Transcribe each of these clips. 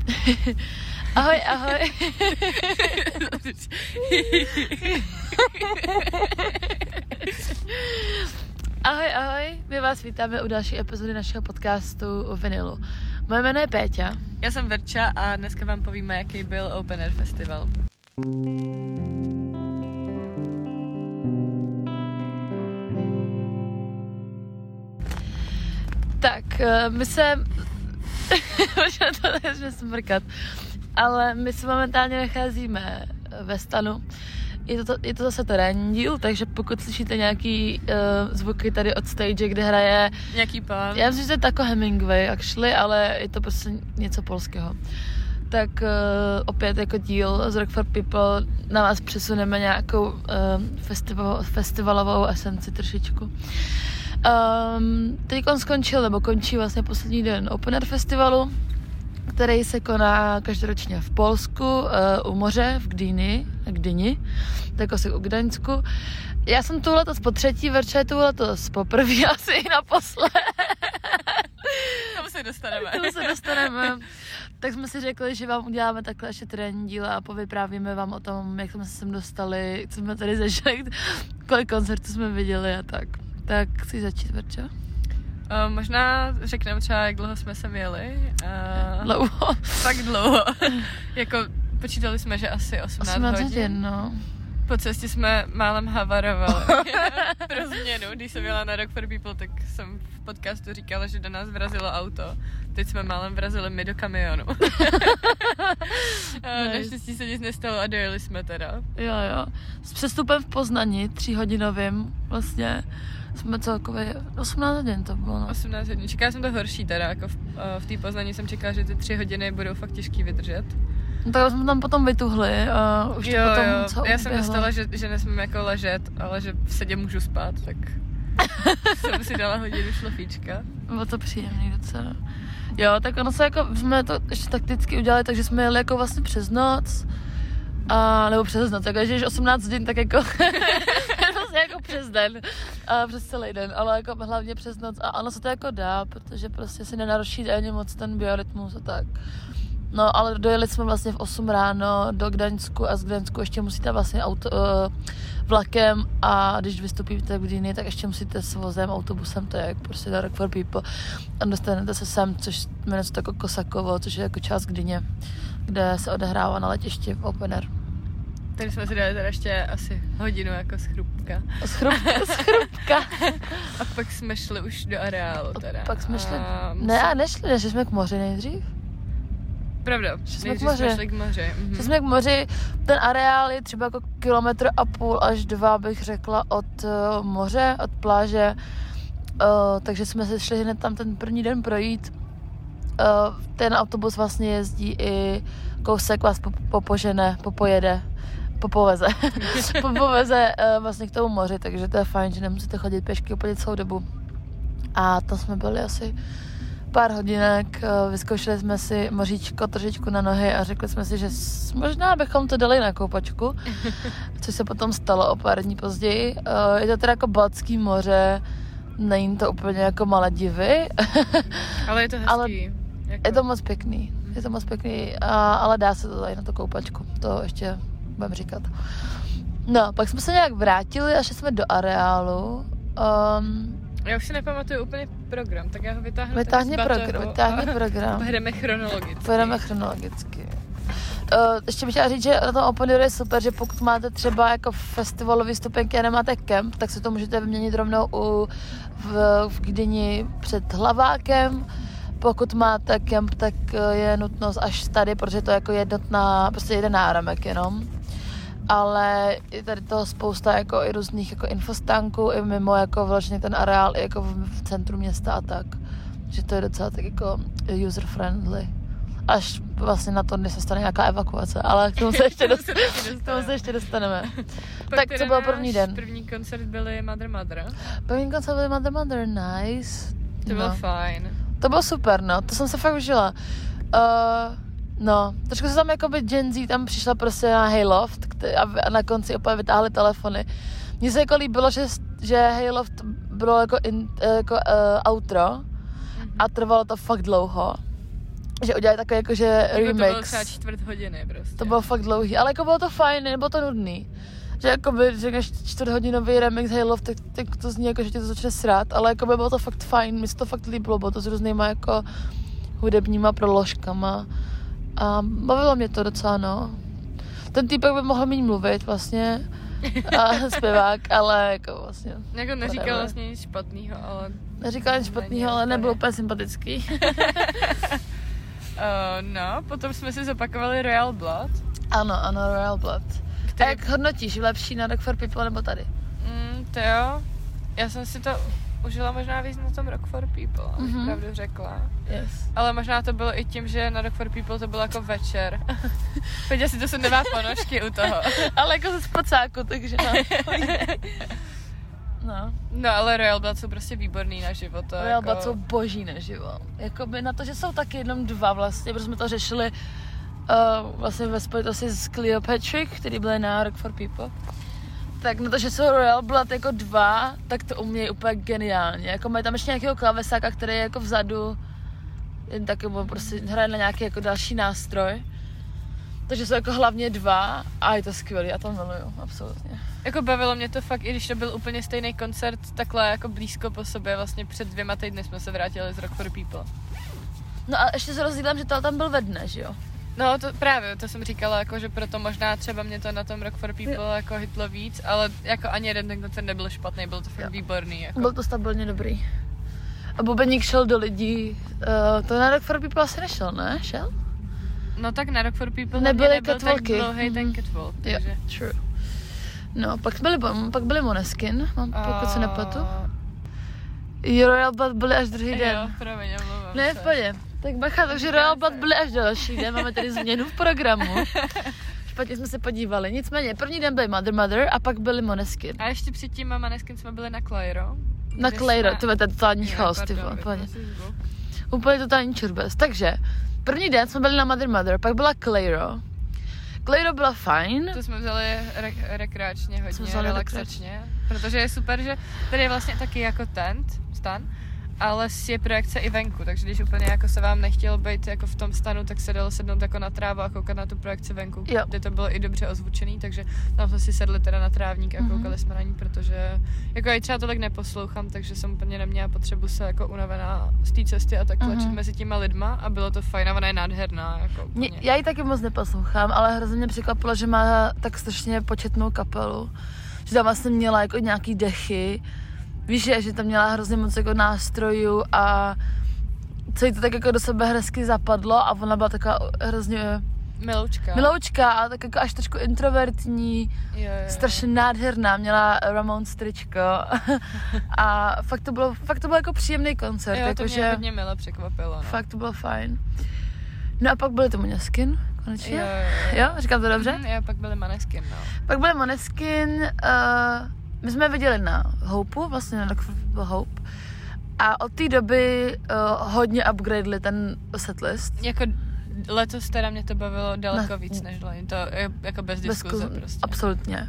Ahoj, ahoj. Ahoj, ahoj. My vás vítáme u další epizody našeho podcastu o vinilu. Moje jméno je Péťa. Já jsem Verča a dneska vám povíme, jaký byl Open Air Festival. Tak, my se... Možná to začne smrkat. Ale my se momentálně nacházíme ve stanu. Je to zase terénní díl, takže pokud slyšíte nějaký zvuky tady od stage, kde hraje... Nějaký pán. Já myslím, že to je tako Hemingway, actually, ale je to prostě něco polského. Tak opět jako díl z Rock for People na vás přesuneme nějakou festivalovou esenci trošičku. Teď končí vlastně poslední den Open Air Festivalu, který se koná každoročně v Polsku, u moře, v Gdyni, tak asi u Gdaňsku. Já jsem tu letos po třetí, Verča je tu letos poprvé, asi i naposled. Tomu se dostaneme. Tak jsme si řekli, že vám uděláme takhle ještě terénní díl a povyprávíme vám o tom, jak jsme se sem dostali, co jsme tady zažili, kolik koncertů jsme viděli a tak. Tak chci začít, Verča? Možná řekneme třeba, jak dlouho jsme sem jeli. Dlouho. Fakt dlouho. Jako počítali jsme, že asi 18 hodin. No. Po cestě jsme málem havarovali. Pro změnu, když jsem jela na Rock for People, tak jsem v podcastu říkala, že do nás vrazilo auto. Teď jsme málem vrazili my do kamionu. Naštěstí se nic nestalo a dojeli jsme teda. Jo. S přestupem v Poznani, 3hodinovým vlastně. Jsme celkově 18 hodin to bylo. No. 18 hodin. Čekala jsem to horší teda, jako v té Poznani jsem čekala, že ty 3 hodiny budou fakt těžký vydržet. No tak jsme tam potom vytuhli a už jo, to potom jo. co Já jsem dostala, že nesmím jako ležet, ale že v sedě můžu spát, tak jsem si dala hodinu šlofíčka. Bylo to příjemný docela. Jo, tak ono se jako, jsme to ještě takticky udělali, takže jsme jeli jako vlastně přes noc. Nebo přes noc, jako když 18 hodin, tak jako vlastně jako přes den, přes celý den, ale jako hlavně přes noc a ono se to jako dá, protože prostě si nenaruší ani moc ten biorytmus a tak. No, ale dojeli jsme vlastně v 8 ráno do Gdaňsku a z Gdaňsku ještě musíte vlastně vlakem a když vystupíte v Gdyni, tak ještě musíte s vozem, autobusem, to je jak prostě na Rock for People a dostanete se sem, což jmenuje se to jako Kosakovo, což je jako část Gdyně, kde se odehrává na letišti Open Air. Tady jsme si dali teda ještě asi hodinu jako schrupka. Schrupka. A pak jsme šli už do areálu teda. Pak jsme šli, nešli jsme k moři nejdřív. Pravda, jsme šli k moři. Šli jsme k moři, ten areál je třeba jako 1,5 kilometr až 2, bych řekla, od moře, od pláže, takže jsme se šli hned tam ten první den projít. Ten autobus vlastně jezdí i kousek vás popoveze vlastně k tomu moři, takže to je fajn, že nemusíte chodit pěšky úplně celou dobu. A tam jsme byli asi pár hodinek, vyzkoušeli jsme si moříčko trošičku na nohy a řekli jsme si, že možná bychom to dali na koupačku, což se potom stalo o pár dní později. Je to teda jako Baltský moře, není to úplně jako Maledivy. Ale je to hezký. Ale je to moc pěkný, ale dá se to tady na to koupačku, to ještě budem říkat. No, pak jsme se nějak vrátili a šli jsme do areálu. Já už si nepamatuju úplně program, tak já ho vytáhnu. Vytáhni program. Pojedeme chronologicky. Ještě bych chtěla říct, že na tom Open Air je super, že pokud máte třeba jako festivalový stupenky a nemáte kemp, tak si to můžete vyměnit rovnou v Gdyni před Hlavákem. Pokud máte kemp, tak je nutnost až tady, protože to je jako prostě jeden náramek jenom. Ale je tady toho spousta jako i různých jako infostánků i mimo jako vlastně ten areál i jako v centru města a tak. Že to je docela tak jako user friendly. Až vlastně na to, když se stane nějaká evakuace, ale k tomu se ještě dostaneme. Tak co byl první den? První koncert byly Mother. První koncert byly Mother, nice. To bylo fajn. To bylo super, no, to jsem se fakt užila. No, trošku se tam jakoby Gen Z tam přišla prostě na Hayloft a na konci opět vytáhli telefony. Mně se jako líbilo, že Hayloft bylo jako outro a trvalo to fakt dlouho. že udělali takový jakože remix. To bylo třeba 4 hodiny prostě. To bylo fakt dlouhý, ale jako bylo to fajn, nebylo to nudný. Že jakoby řekneš 4hodinový remix Halo, tak to zní jako, že tě to začne srát, ale jakoby bylo to fakt fajn, mi se to fakt líbilo, bylo to s různýma jako hudebníma proložkama a bavilo mě to docela, no. Ten týpek by mohl mít mluvit vlastně, a zpěvák, ale jako vlastně... Jako neříkal vlastně nic špatného, ale... Neříkal nic špatného, ale nebyl úplně sympatický. No, potom jsme si zopakovali Royal Blood. Ano, Royal Blood. A jak hodnotíš, lepší na Rock for People nebo tady? To jo, já jsem si to užila možná víc na tom Rock for People, abych pravdu řekla. Yes. Ale možná to bylo i tím, že na Rock for People to bylo jako večer. Peťa si to se nemá ponožky u toho. Ale jako ze spacáku, takže no. No ale Royal Blood jsou prostě výborný na život. Royal jako... Blood jsou boží na život. Jakoby na to, že jsou taky jenom 2 vlastně, protože jsme to řešili vlastně ve spojitosti s Cleopatra, který byly na Rock for People. Tak na to, že jsou Royal Blood jako 2, tak to umějí úplně geniálně. Jako mají tam ještě nějakého klavesáka, který je jako vzadu, jen taky prostě hraje na nějaký jako další nástroj. Takže jsou jako hlavně 2 a je to skvělý, já to miluju, absolutně. Jako bavilo mě to fakt, i když to byl úplně stejný koncert, takhle jako blízko po sobě, vlastně před 2 týdny jsme se vrátili z Rock for People. No a ještě se rozdílám, že to tam byl ve dne, že jo? No to právě, to jsem říkala, jako, že proto možná třeba mě to na tom Rock for People jako hitlo víc, ale jako ani jeden ten koncert nebyl špatný, byl to fakt výborný. Jako. Byl to stabilně dobrý. A bubeník šel do lidí, to na Rock for People asi nešel, ne? Šel? No tak na Rock for People nebyl tak dlouhý ten catwalk, takže... Jo, true. No, pak byli Måneskin, pokud se nepletu. Royal Blood byli až druhý den. Jo, promiň, mluvám. Ne, v pohodě. Tak bacha, takže Royal Blood byli až další den, máme tady změnu v programu. Špatně jsme se podívali. Nicméně, první den byli Mother a pak byli Måneskin. A ještě předtím Måneskin jsme byli na Clairo. Na Clairo, to je totální chaos, ty vole, úplně. Úplně totální čurbes. Takže, první den jsme byli na Mother, pak byla Clairo. Clairo byla fajn. To jsme vzali rekreačně, hodně relaxačně, protože je super, že tady je vlastně taky jako stan, ale je projekce i venku, takže když úplně jako se vám nechtělo být jako v tom stanu, tak se dalo sednout jako na trávu a koukat na tu projekci venku, kde to bylo i dobře ozvučený, takže tam jsme si sedli teda na trávník a koukali jsme na ní, protože jako já třeba tolik neposlouchám, takže jsem úplně neměla potřebu se jako unavená z té cesty a tak tlačit mezi těma lidma a bylo to fajn a ona je nádherná. Jako já ji taky moc neposlouchám, ale hrozně mě překvapilo, že má tak strašně početnou kapelu, že tam vlastně měla jako nějaký dechy. Víš, že tam měla hrozně moc jako nástrojů a celý to tak jako do sebe hezky zapadlo a ona byla taková hrozně miloučka a tak jako až trošku introvertní, strašně nádherná, měla Ramones tričko a fakt to bylo jako příjemný koncert. Jo, jako, to mě hodně mile překvapilo. No. Fakt to bylo fajn. No a pak byly to Måneskin, konečně. Jo, říkám to dobře? Jo, pak byly Måneskin, no. Pak byly Måneskin, my jsme je viděli na Hopeu, vlastně na Hope. A od té doby hodně upgradeli ten setlist. Jako letos teda mě to bavilo daleko víc než loni, to je jako bez diskuze prostě. Absolutně.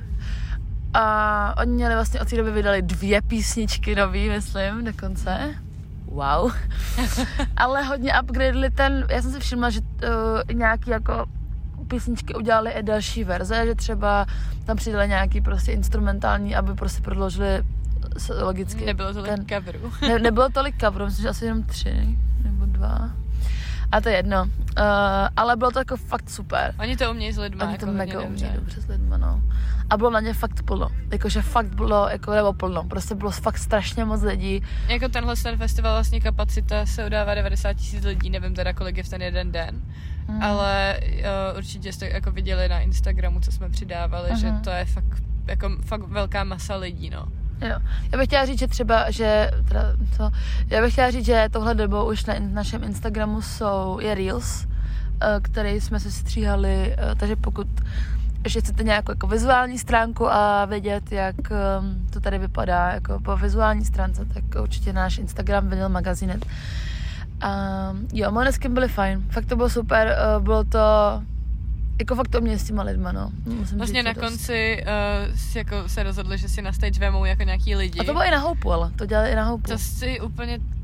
A oni měli vlastně od té doby vydali 2 písničky nový, myslím, dokonce. Wow. Ale hodně upgradeli ten, já jsem si všimla, že nějaký jako písničky udělali i další verze, že třeba tam přidali nějaký prostě instrumentální, aby prostě prodloužili logicky. Nebylo tolik coverů. Nebylo tolik coverů, myslím, že asi jenom 3 nebo 2. A to je jedno. Ale bylo to jako fakt super. Oni to umějí s lidma. Oni jako to mega umějí dobře s lidma, no. A bylo na ně fakt plno. Jakože fakt bylo, nebo plno. Prostě bylo fakt strašně moc lidí. Jako tenhle festival vlastně kapacita se udává 90 000 lidí, nevím teda kolik je v ten jeden den. Ale určitě jste jako viděli na Instagramu, co jsme přidávali, že to je fakt velká masa lidí, no. Jo. Já bych chtěla říct, že třeba, že tohle dobou už na našem Instagramu je Reels, který jsme se stříhali, takže pokud ještě chcete nějakou jako vizuální stránku a vědět, jak to tady vypadá jako po vizuální stránce, tak určitě náš Instagram Vinyl Magazine. Jo, Måneskin byli fajn, fakt to bylo super, bylo to jako fakt to mě s těma lidma, no. Vlastně na konci jako se rozhodli, že si na stage vemou jako nějaký lidi. A to bylo i na Hopeu, ale to dělali i na Hopeu. To si úplně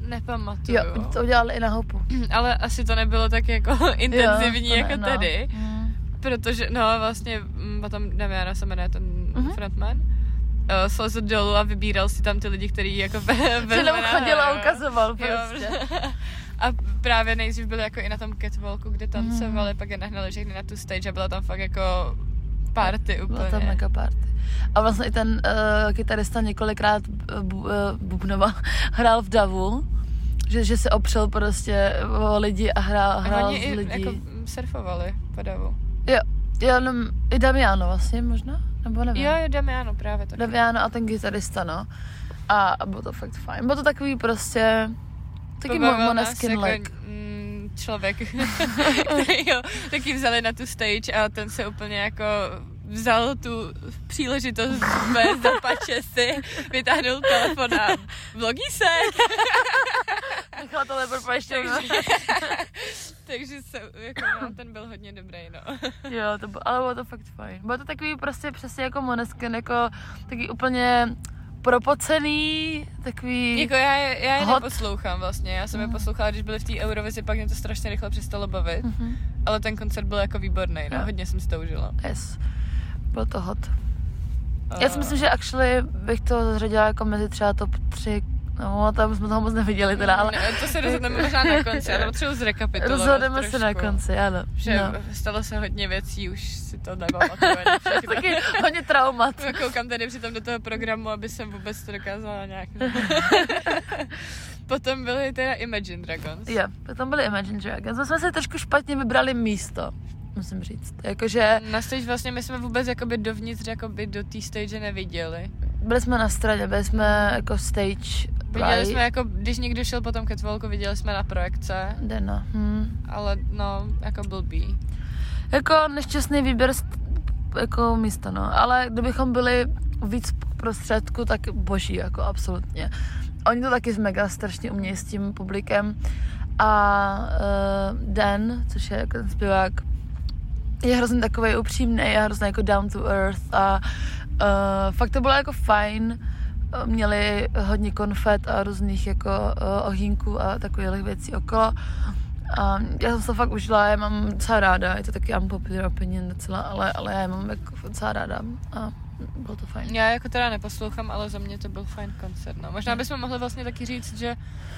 Nepamatuju. Jo, to udělali i na Hopu. Ale asi to nebylo tak jako intenzivní jako no. tady. Protože, no vlastně, potom Damiano se jmenuje ten frontman, slezl dolů a vybíral si tam ty lidi, který jako Že chodil a ukazoval prostě. A právě nejdřív byli jako i na tom catwalku, kde tancovali, pak je nahnali všechny na tu stage a byla tam fakt jako party úplně. Byla tam mega party. A vlastně i ten kytarista několikrát bubnova hrál v davu, že se opřel prostě o lidi a hrál z lidí. Jako surfovali po davu. Jo, jenom i Damiano vlastně možná, nebo nevím. Jo, Damiano právě taky. Damiano a ten kytarista, no. A bylo to fakt fajn. Bylo to takový prostě, taky Måneskin like. Člověk, který ho taky vzali na tu stage a ten se úplně jako vzal tu příležitost bez zapače si, vytáhnul telefon a vlogísek. Nechal to lepor pojišťovnu. Takže jako, no, ten byl hodně dobrý, no. Jo, ale bylo to fakt fajn. Bylo to takový prostě přesně jako Måneskin, jako taky úplně propocený, takový jako já je neposlouchám vlastně, já jsem je poslouchala, když byli v té Eurovizi, pak mě to strašně rychle přestalo bavit, ale ten koncert byl jako výborný, no, hodně jsem si to užila. Yes, byl to hot. Já si myslím, že actually bych to zařadila jako mezi třeba top 3, no tam jsme toho moc neviděli teda, ale... Ne, to se rozhodneme možná na konci, ale potřebuji zrekapitulovat. Rozhodneme se na konci, ano. Že stalo se hodně věcí, už si to nepamatuju. Taky hodně traumat. Koukám tady přitom do toho programu, aby jsem vůbec to dokázala nějak... Potom byly teda Imagine Dragons. Jo, potom byly Imagine Dragons. My jsme si trošku špatně vybrali místo, musím říct. Jakože... Na stage vlastně my jsme vůbec jakoby dovnitř, jakoby do té stage neviděli. Byli jsme na straně, byli jsme jako stage viděli jsme jako, když někdo šel po tom catwalku, viděli jsme na projekce. Dena. Ale no, jako blbý. Jako nešťastný výběr jako místa, no. Ale kdybychom byli víc prostředku, tak boží, jako absolutně. Oni to taky mega strašně umějí s tím publikem. A Dan, což je jako ten zpěvák, je hrozně takovej upřímný a hrozně jako down to earth a fakt to bylo jako fajn. Měli hodně konfet a různých jako ohýnků a takových věcí okolo. A já jsem se fakt užila, já mám docela ráda, je to taky unpopular opinion docela, ale já je mám jako docela ráda a bylo to fajn. Já jako teda neposlouchám, ale za mě to byl fajn koncert, no. Možná bychom mohli vlastně taky říct, že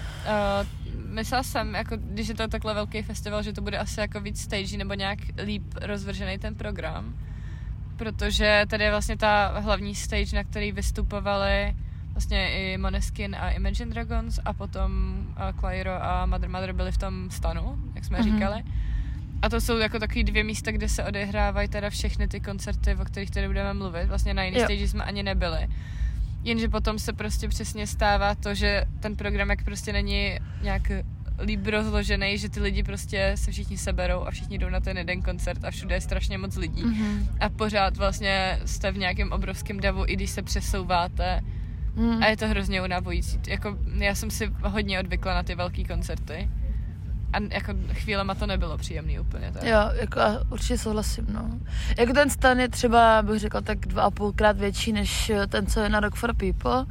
myslela jsem, jako, když je to takhle velký festival, že to bude asi jako víc stage nebo nějak líp rozvržený ten program, protože tady je vlastně ta hlavní stage, na který vystupovali vlastně i Måneskin a Imagine Dragons a potom Clairo a Mother byli v tom stanu, jak jsme říkali. A to jsou jako takový 2 místa, kde se odehrávají teda všechny ty koncerty, o kterých tady budeme mluvit. Vlastně na jiný stage jsme ani nebyli. Jenže potom se prostě přesně stává to, že ten program jak prostě není nějak líp rozložený, že ty lidi prostě se všichni seberou a všichni jdou na ten jeden koncert a všude je strašně moc lidí. A pořád vlastně jste v nějakém obrovském davu, i když se přesouváte. A je to hrozně unavující. Jako, já jsem si hodně odvykla na ty velký koncerty. A jako chvílema to nebylo příjemný úplně. Tak. Jo, jako určitě souhlasím, no. Jako ten stan je třeba, bych řekla, tak 2,5krát větší než ten, co je na Rock for People.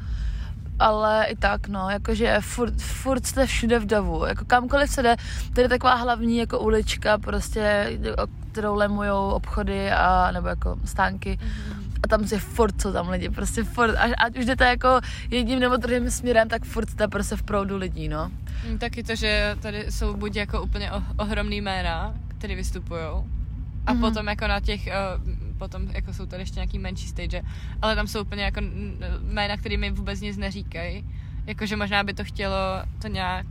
Ale i tak, no, jakože furt jste všude v davu. Jako kamkoliv se jde, tady je taková hlavní jako ulička, prostě, kterou lemujou obchody a nebo jako stánky. A tam je furt, co tam lidi, prostě furt, ať už jdete jako jedním nebo druhým směrem, tak furt jste prostě v proudu lidí, no. Taky to, že tady jsou buď jako úplně ohromný jména, který vystupujou, a potom jako na těch, potom jako jsou tady ještě nějaký menší stage, ale tam jsou úplně jako jména, který mi vůbec nic neříkají, jakože možná by to chtělo to nějak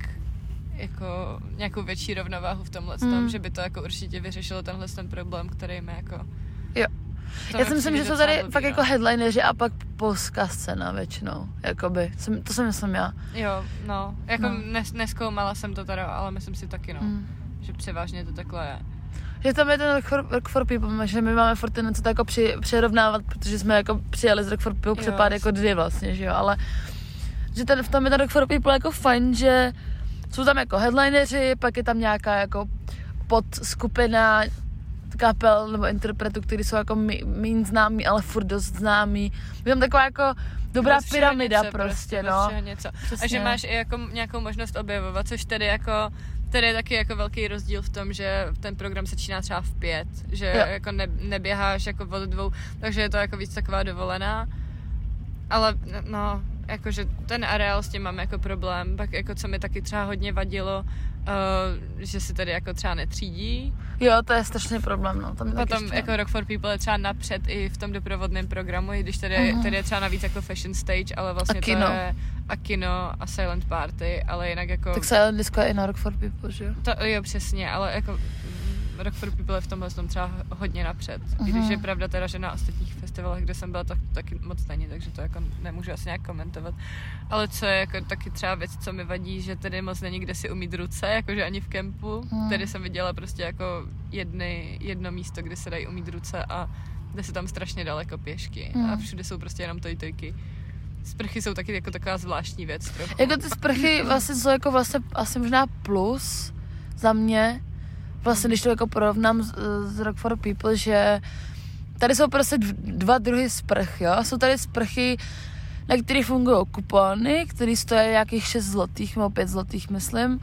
jako nějakou větší rovnováhu v tomhle tom, že by to jako určitě vyřešilo tenhle ten problém, který mi jako... Jo. Já si myslím, že jsou tady fakt jako headlineři a pak polská scéna většinou, jakoby, to jsem myslím já. Jo, no, jako nezkoumala jsem to teda, ale myslím si taky, no, že převážně to takhle je. Že tam je ten Rock for People, že my máme furt něco to jako přerovnávat, protože jsme jako přijeli z Rock for People přepád jako 2 vlastně, že jo, ale že v tom je ten Rock for People jako fajn, že jsou tam jako headlineři, pak je tam nějaká jako podskupina kapel nebo interpretů, kteří jsou jako méně známí, ale furt dost známí. Je tam taková jako dobrá pyramida prostě, no. Něco. A že máš i jako nějakou možnost objevovat, což tedy je taky jako velký rozdíl v tom, že ten program začíná třeba v 5, že jako neběháš jako od 2, takže je to jako víc taková dovolená. Ale no, jakože ten areál s tím mám jako problém, pak jako co mi taky třeba hodně vadilo, že se tady jako třeba netřídí. Jo, to je strašný problém, no. Potom jako Rock for People je třeba napřed i v tom doprovodném programu, i když tady je třeba navíc jako fashion stage, ale vlastně to je a kino a silent party, ale jinak jako... Tak silent disco je i na Rock for People, že jo? To jo, přesně, ale jako Rock for People je v tomhle tom třeba hodně napřed. I když je pravda teda, že na ostatních festivalech, kde jsem byla, tak taky moc není, takže to jako nemůžu asi nějak komentovat. Ale co je jako taky třeba věc, co mi vadí, že tady moc není kde si umýt ruce, jakože ani v kempu. Tady jsem viděla prostě jako jedno místo, kde se dají umýt ruce a jde se tam strašně daleko pěšky. A všude jsou prostě jenom tojtojky. Sprchy jsou taky jako taková zvláštní věc. Trochu. Jako ty sprchy vlastně jsou jako vlastně asi možná plus za mě. Vlastně, když to jako porovnám s Rock for People, že tady jsou prostě 2 druhy sprch, jo. Jsou tady sprchy, na kterých fungují kupony, které stojí nějakých 6 zlotých nebo 5 zlotých, myslím.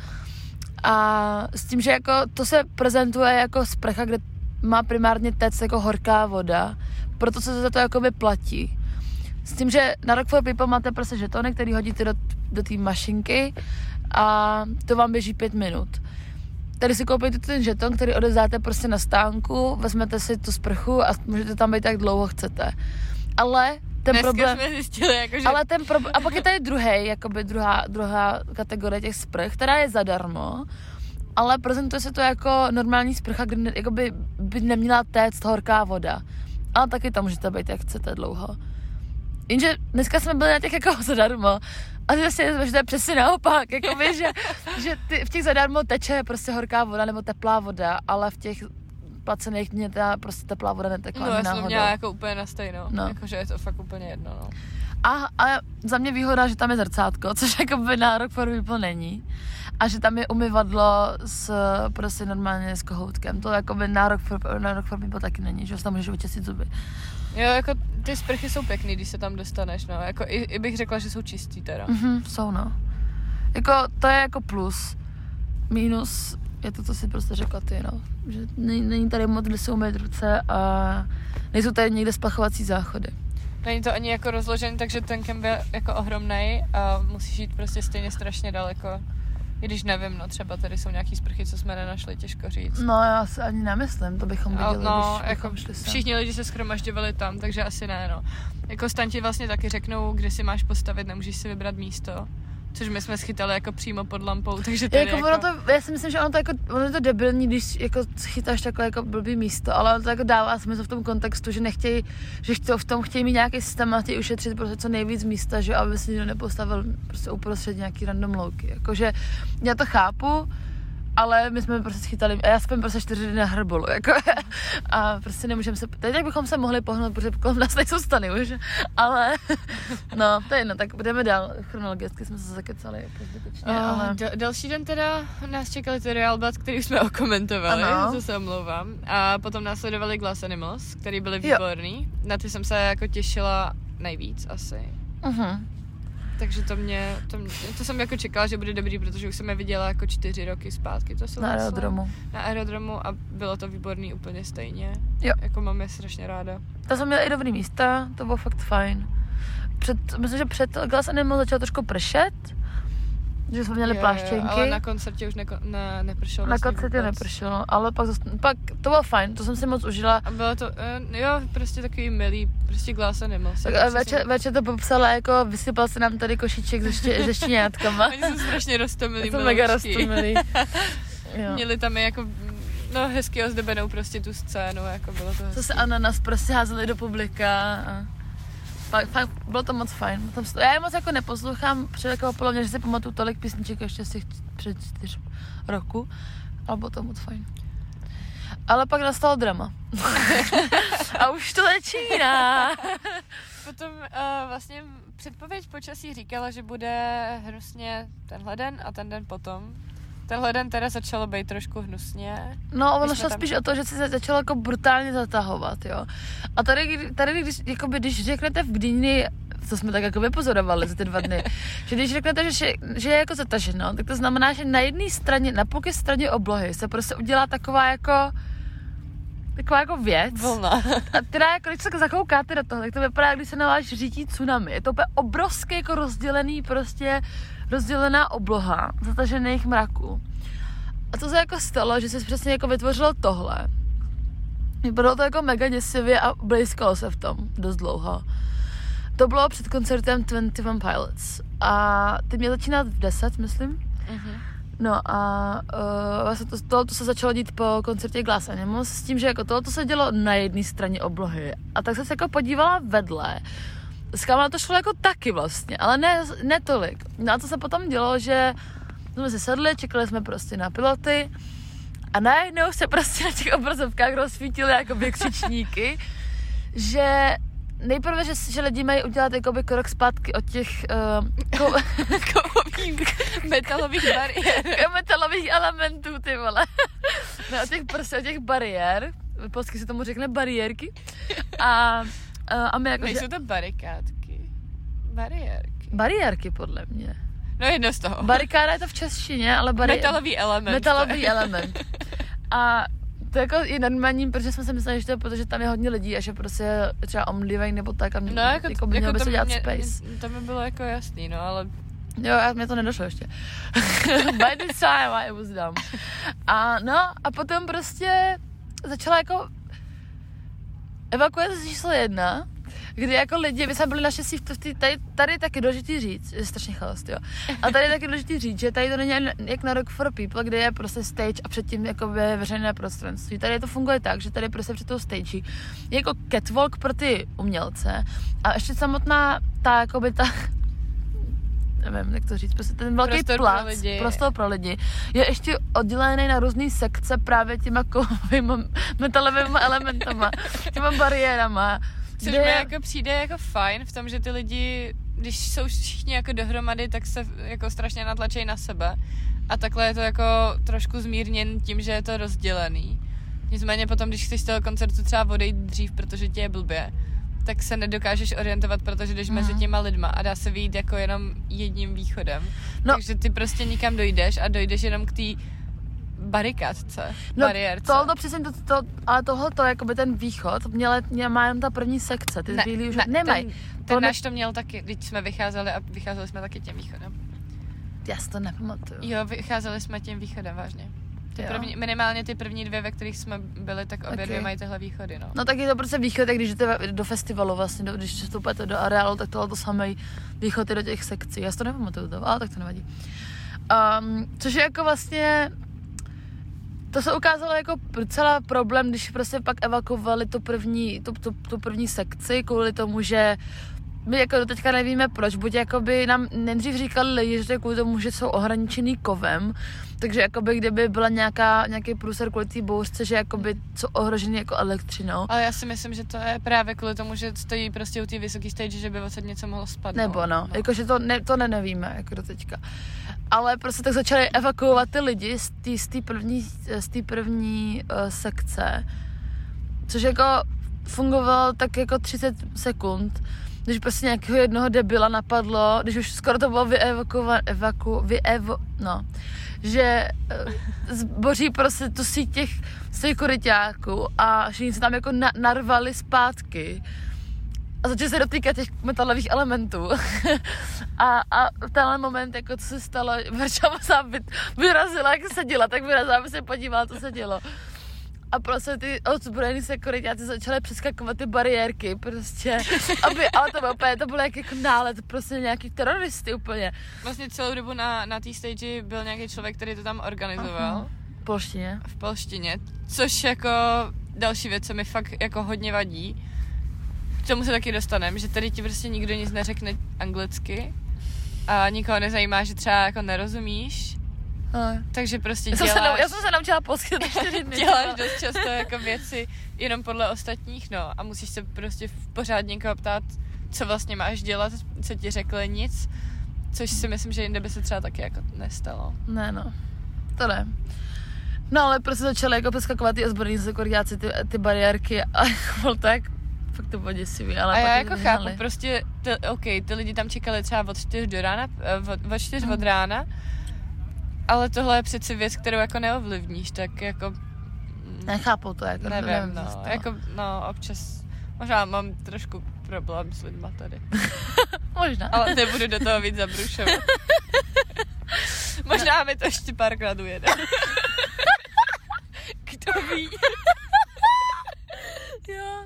A s tím, že jako to se prezentuje jako sprcha, kde má primárně téct jako horká voda, proto se za to jakoby platí. S tím, že na Rock for People máte prostě žetony, který hodíte do té mašinky a to vám běží 5 minut. Tady si koupíte ten žeton, který odevzdáte prostě na stánku, vezmete si tu sprchu a můžete tam být jak dlouho chcete. Ale ten dneska problém... jsme zjistili, jako, že... Ale ten problém... A pak je tady druhá kategorie těch sprch, která je zadarmo, ale prezentuje se to jako normální sprcha, kde jakoby by neměla téct horká voda. Ale taky tam můžete být jak chcete dlouho. Jenže dneska jsme byli na těch jako zadarmo a zjistili, že to je přesně naopak, jakoby, že v těch zadarmo teče prostě horká voda nebo teplá voda, ale v těch placených mě ta prostě teplá voda netekla. No já jsem měla jako úplně na stejno, no. Jakože je to fakt úplně jedno, no. A za mě výhoda, že tam je zrcátko, což jakoby na Rock for People není. A že tam je umyvadlo prostě normálně s kohoutkem. To jakoby na Rock for People taky není, že tam můžeš vyčistit zuby. Jo, jako ty sprchy jsou pěkný, když se tam dostaneš, no. Jako i bych řekla, že jsou čistý teda. Jsou, no. Jako to je jako plus. Minus je to, co si prostě řekla ty, no. Že není tady moc, kde se umýt ruce a nejsou tady někde splachovací záchody. Není to ani jako rozložený, takže ten kemp je jako ohromnej a musíš jít prostě stejně strašně daleko. I když nevím, no třeba tady jsou nějaký sprchy, co jsme nenašli, těžko říct. No já si ani nemyslím, to bychom viděli, no, když jako všichni lidi se shromažďovali tam, takže asi ne, no. Jako stan ti vlastně taky řeknou, kde si máš postavit, nemůžeš si vybrat místo. Což my jsme schytali jako přímo pod lampou, takže tady jako... Já si myslím, že ono je to debilní, když jako chytáš takhle jako blbý místo, ale to jako dává smysl v tom kontextu, že nechtějí, že v tom chtějí mít nějaký systém a chtějí ušetřit prostě co nejvíc místa, že aby si nikdo nepostavil prostě uprostřed nějaký random louky. Jakože já to chápu, ale my jsme prostě schytali, a já spím prostě 4 dny na hrbolu, jako, a prostě nemůžeme se, teď bychom se mohli pohnout, protože kolem nás nejsou stany už, ale, no, to je jedno, tak budeme dál, chronologicky jsme se zakecali, jako zbytečně, ale... Další den teda nás čekali ty Real Blood, který jsme okomentovali, to se omlouvám, a potom následovali Glass Animals, který byly výborný, na ty jsem se jako těšila nejvíc asi. Takže to jsem jako čekala, že bude dobrý, protože už jsem je viděla jako 4 roky zpátky. To jsou na aerodromu. Na aerodromu a bylo to výborný úplně stejně. Jo. Jako mám je strašně ráda. To jsem měla i dobrý místa, to bylo fakt fajn. Myslím, že před Glass Animal začalo trošku pršet, že jsme měli pláštěnky. Ale na koncertě už nepršelo. Na koncertě nepršelo, ale pak to bylo fajň, to jsem si moc užila. A bylo to, jo, prostě takový milý, prostě Glass Animals. Večer to popsala jako, vysypal se nám tady košíček se štěňátkama. Oni jsou strašně roztomilí. Jsou mega roztomilí. Měli tam jako, no hezky ozdobenou prostě tu scénu, jako bylo to hezky. Co se ananas prostě házeli do publika a... Fakt, bylo to moc fajn. Já je moc jako neposlouchám, překvapilo mě, že si pamatuju tolik písniček ještě z těch před 4 roku, ale bylo to moc fajn. Ale pak nastalo drama. A už to začíná. Potom vlastně předpověď počasí říkala, že bude hnusně tenhle den a ten den potom. Tenhle den teda začalo být trošku hnusně. No, ono šlo spíš o to, že se začalo jako brutálně zatahovat, jo. A tady když řeknete v Gdyni, co jsme tak jako vypozorovali za ty 2 dny, že když řeknete, že je jako zataženo, tak to znamená, že na jedné straně, na půlké straně oblohy se prostě udělá taková jako věc. Vlna. A teda jako, když se zakoukáte do toho, tak to vypadá, když se na vás řítí tsunami. Je to úplně obrovský jako rozdělená obloha zatažených mraků. A to se jako stalo, že se přesně jako vytvořilo tohle. Vypadalo to jako mega děsivě a blízkalo se v tom dost dlouho. To bylo před koncertem 21 Pilots. A ty měl začínat v 10, myslím. Mhm. No a vlastně to se začalo dít po koncertě Glass Animals s tím, že jako tohle se dělo na jedné straně oblohy. A tak jsem se jako podívala vedle. S Kamala to šlo jako taky vlastně, ale ne tolik. No a co se potom dělo, že jsme si sedli, čekali jsme prostě na piloty a najednou se prostě na těch obrazovkách rozsvítily jakoby křičníky, že nejprve, že lidi mají udělat jakoby krok zpátky od těch kovových metalových bariér. Metalových elementů, ty vole. No, od těch bariér. Polsky se tomu řekne bariérky. A my jako, nejsou to barikádky. Bariérky. Bariérky, podle mě. No jedno z toho. Barikáda je to v češtině, ale metalový element. Metalový element. A to jako je normální, protože jsme si mysleli, že to je, protože tam je hodně lidí a že prostě třeba omdlívají nebo tak a no, jako mělo by se dělat space. To by bylo jako jasný, no, ale... Jo, mě to nedošlo ještě. By this time I was dumb. A potom prostě začala jako evakuace číslo 1, kdy jako lidi, my jsme byli naštěstí tady je taky důležitý říct, je strašně chaos, jo. A tady je taky důležitý říct, že tady to není jak na Rock for People, kde je prostě stage a předtím jakoby veřejné prostranství. Tady to funguje tak, že tady prostě před tou stage je jako catwalk pro ty umělce a ještě samotná nevím, jak to říct, prostě ten velký prostor pro lidi je ještě oddělený na různý sekce právě těma kovovými metalovými elementama, těma bariérama. Což mi jako přijde jako fajn v tom, že ty lidi, když jsou všichni jako dohromady, tak se jako strašně natlačejí na sebe. A takhle je to jako trošku zmírněn tím, že je to rozdělený. Nicméně potom, když chceš z toho koncertu třeba odejít dřív, protože ti je blbě, tak se nedokážeš orientovat, protože jdeš mezi těma lidma a dá se vyjít jako jenom jedním východem. No. Takže ty prostě nikam dojdeš a dojdeš jenom k té barikádce, bariérce. To přesně ale tohoto, jakoby ten východ, má jenom ta první sekce, ty zbýlí už nemají. Ten náš to měl taky, když jsme vycházeli a vycházeli jsme taky tím východem. Já si to nepamatuju. Jo, vycházeli jsme tím východem, vážně. Minimálně ty první 2, ve kterých jsme byli, tak obě dvě mají tyhle východy, no. No tak je to prostě východ, když jdete do festivalu vlastně, když vstupujete do areálu, tak tohle to samé východy do těch sekcí. Já si to nepamatuju, ale tak to nevadí. Což je jako vlastně, to se ukázalo jako celá problém, když prostě pak evakuovali tu první sekci, kvůli tomu, že my jako doteďka nevíme proč, buď jakoby nám nejdřív říkali lidi, že kvůli tomu, že jsou ohraničený kovem, takže jakoby kdyby byla nějaký průser kvůli té bouřce, že jakoby jsou ohrožený jako elektřinou. Ale já si myslím, že to je právě kvůli tomu, že stojí prostě u té vysoké stage, že by odsaď něco mohlo spadnout. Nebo no. Jakože to nevíme jako doteďka. Ale prostě tak začali evakuovat ty lidi z té první sekce, což jako fungovalo tak jako 30 sekund, když prostě nějakého jednoho debila napadlo, když už skoro to bylo že zboří prostě tu síť těch sekuriťáků a všichni se tam jako narvali zpátky a začali se dotýkat těch metalových elementů. a v tenhle moment, jako co se stalo, Verča vyrazila, jak seděla, tak vyrazila, aby se podívala, co se dělo. A prostě ty odzbrojený sekuritáci začaly přeskakovat ty bariérky, prostě, ale to bylo jako nálet, prostě nějaký teroristy úplně. Vlastně celou dobu na té stage byl nějaký člověk, který to tam organizoval. V polštině, což jako další věc, co mi fakt jako hodně vadí. K tomu se taky dostaneme, že tady ti prostě nikdo nic neřekne anglicky a nikoho nezajímá, že třeba jako nerozumíš. Takže prostě já jsem se naučila polsky na 4 dny. Děláš dost často jako věci jenom podle ostatních, no, a musíš se prostě pořád někoho ptát, co vlastně máš dělat, co ti řekli nic, což si myslím, že jinde by se třeba taky jako nestalo. Ne, no. to ne. No ale prostě začaly jako přeskakovat ty ozbrojní zakorďáci, ty bariérky a bylo tak, fakt to bylo děsivý, ale a pak já je jako vyhnali. chápu, prostě, ty lidi tam čekali třeba od 4 do rána, od 4 od rána, ale tohle je přeci věc, kterou jako neovlivníš, tak jako... Nechápou to, jako nevím, no, jako, no, občas, možná mám trošku problém s lidma tady. Možná. Ale nebudu do toho víc zabrušovat. Možná mi to ještě párkrát ujede. Kdo ví? Jo.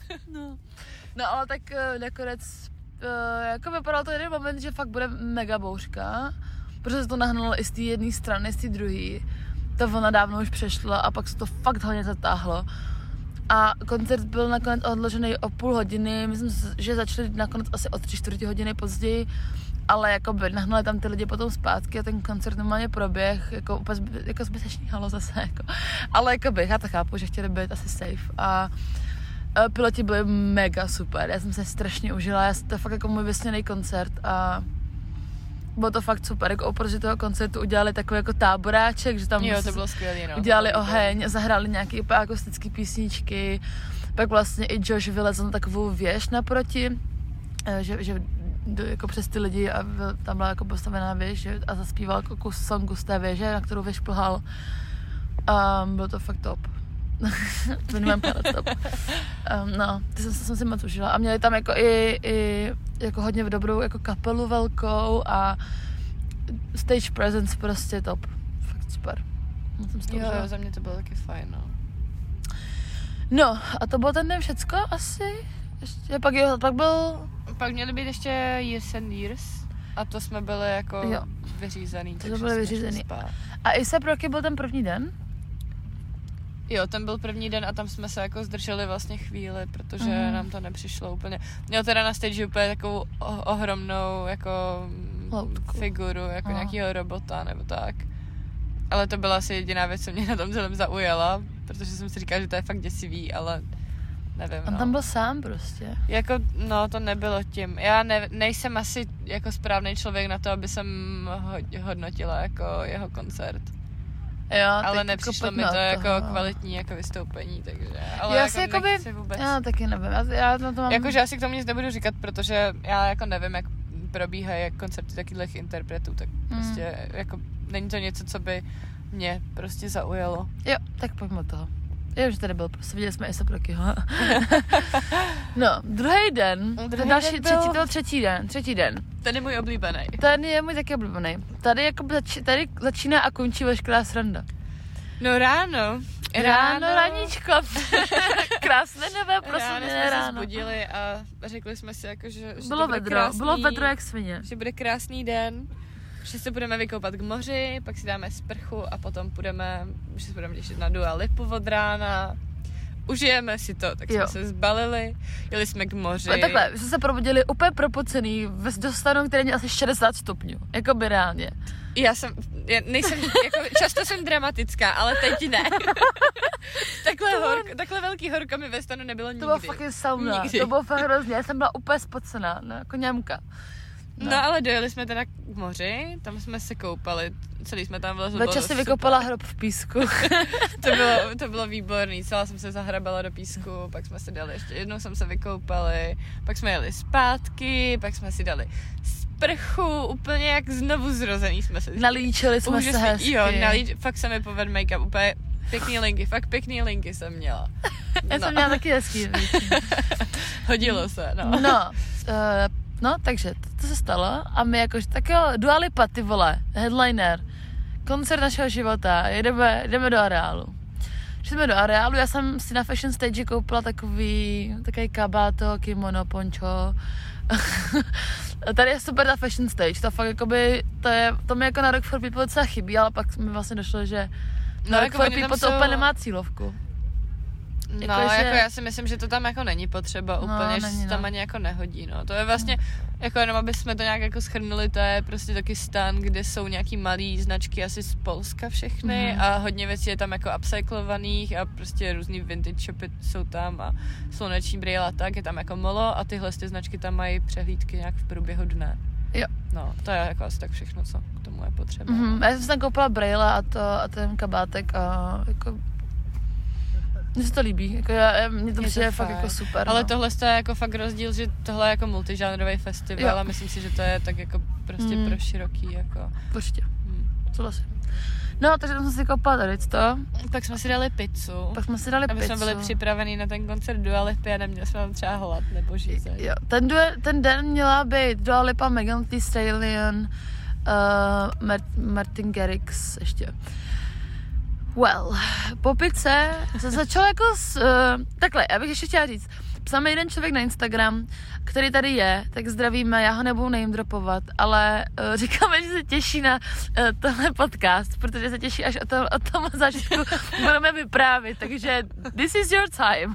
No ale tak nakonec jako vypadalo to jeden moment, že fakt bude mega bouřka, protože se to nahnalo i z té jedné strany, z té druhé. Ta vlna dávno už přešla a pak se to fakt hodně zatáhlo. A koncert byl nakonec odložený o půl hodiny, myslím, že začali nakonec asi o 3/4 hodiny později, ale jakoby nahnali tam ty lidi potom zpátky a ten koncert normálně proběh, jako úplně jako zbytečný halo zase, jako. Ale jakoby, já to chápu, že chtěli být asi safe a piloti byli mega super, já jsem se strašně užila, to je fakt jako můj vysněný koncert a bylo to fakt super, jako oproti toho koncertu udělali takový jako táboráček, že tam jo, to bylo skvělý, no. Udělali oheň, zahráli nějaký úplně akustický písničky, pak vlastně i Josh vylezl na takovou věž naproti, že jako přes ty lidi a tam byla jako postavená věž a zaspíval jako kus songu z té věže, na kterou věž plhal. Bylo to fakt top. Minimum top. No, ty jsem si moc užila. A měli tam jako i jako hodně dobrou jako kapelu velkou a stage presence prostě top. Fakt super. Jo, za mě to bylo taky fajn, no. No, a to bylo ten den všecko asi? Ještě, pak byl... Pak měly být ještě Years and Years a to jsme byli jako vyřízený. To byly vyřízený. A ASAP Rocky byl ten první den? Jo, ten byl první den a tam jsme se jako zdrželi vlastně chvíli, protože nám to nepřišlo úplně. Měl teda na stage úplně takovou ohromnou jako figuru, jako nějakýho robota nebo tak. Ale to byla asi jediná věc, co mě na tom celém zaujala, protože jsem si říkala, že to je fakt děsivý, ale nevím, On tam byl sám prostě. Jako, no, to nebylo tím. Já nejsem asi jako správný člověk na to, aby jsem hodnotila jako jeho koncert. Jo, ale nepřišlo mi to jako kvalitní jako vystoupení, takže... Ale já jako si jakoby, nechci vůbec... Já taky nevím, já na to mám... Jakože já si k tomu nic nebudu říkat, protože já jako nevím, jak probíhají jak koncerty takových interpretů, tak prostě jako není to něco, co by mě prostě zaujalo. Jo, tak pojďme od toho. Já už tady byl, prostě viděli jsme ASAP Rockyho. No, druhý den, třetí den. Ten je můj oblíbený. Ten je můj taky oblíbený. Tady začíná a končí veškerá sranda. No ráno, raníčko. Krásné nové, prosím, ráno. Se zbudili a řekli jsme si jako, že bylo vedro jak svině. Že bude krásný den, že se budeme vykoupat k moři, pak si dáme sprchu a potom že se budeme těšit na Dua Lipu od rána. Užijeme si to, tak jsme se zbalili, jeli jsme k moři. Takhle, jsme se probudili úplně propocený v dostanu, který měl asi 60 stupňů, jakoby reálně. Já nejsem, jako často jsem dramatická, ale teď ne. Takhle velký horko mi ve stanu nebylo nikdy. To bylo fucking sauna, to bylo fakt hrozně, já jsem byla úplně spocená, jako němka. No ale dojeli jsme teda k moři, tam jsme se koupali, celý jsme tam vlezli. Večer si vykopala hrob v písku. to bylo výborný, celá jsem se zahrabala do písku, pak jsme si dali ještě jednou jsem se vykoupali, pak jsme jeli zpátky, pak jsme si dali sprchu, úplně jak znovu zrozený jsme se. Nalíčili jsme se hezky. Jo, fakt se mi povedl make-up, úplně pěkný linky jsem měla. Já jsem měla taky hezký. Hodilo se, no. No, takže to se stalo a my jakože, tak jo, Dua Lipa, ty vole, headliner, koncert našeho života, jdeme do areálu. Šli jsme do areálu, já jsem si na fashion stage koupila takový kabáto, kimono, poncho. Tady je super ta fashion stage, to fakt jakoby, to mi jako na Rock for People docela chybí, ale pak mi vlastně došlo, že na Rock for People to úplně nemá cílovku. Jako já si myslím, že to tam jako není potřeba úplně, že se tam ani jako nehodí, no. To je vlastně, jako jenom aby jsme to nějak jako shrnuli, to je prostě taky stan, kde jsou nějaký malý značky asi z Polska všechny a hodně věcí je tam jako upcyclovaných a prostě různý vintage shopy jsou tam a sluneční brýle a tak, je tam jako molo a tyhle ty značky tam mají přehlídky nějak v průběhu dne. Jo. No, to je jako asi tak všechno, co k tomu je potřeba. Já jsem si tam koupila brejle a ten kabátek a jako mně se to líbí, jako mně to přijde fakt jako super. Ale tohle je jako fakt rozdíl, že tohle je jako multižánrový festival a myslím si, že to je tak jako prostě pro široký jako. Určitě. Souhlasím. No, takže tam jsme si koupila tady to. Pak jsme si dali pizzu. Aby jsme byli připravení na ten koncert Dua Lipy a neměli jsme tam třeba hlad nebo žízeň. Jo, ten den měla být Dua Lipa, Megan Thee Stallion, Martin Garrix ještě. Well, po pizze se začalo jako takhle, já bych ještě chtěla říct. Psal mi jeden člověk na Instagram, který tady je, tak zdravíme, já ho nebudu name dropovat, ale říkáme, že se těší na tenhle podcast, protože se těší, až o tom zážitku budeme vyprávět, takže this is your time.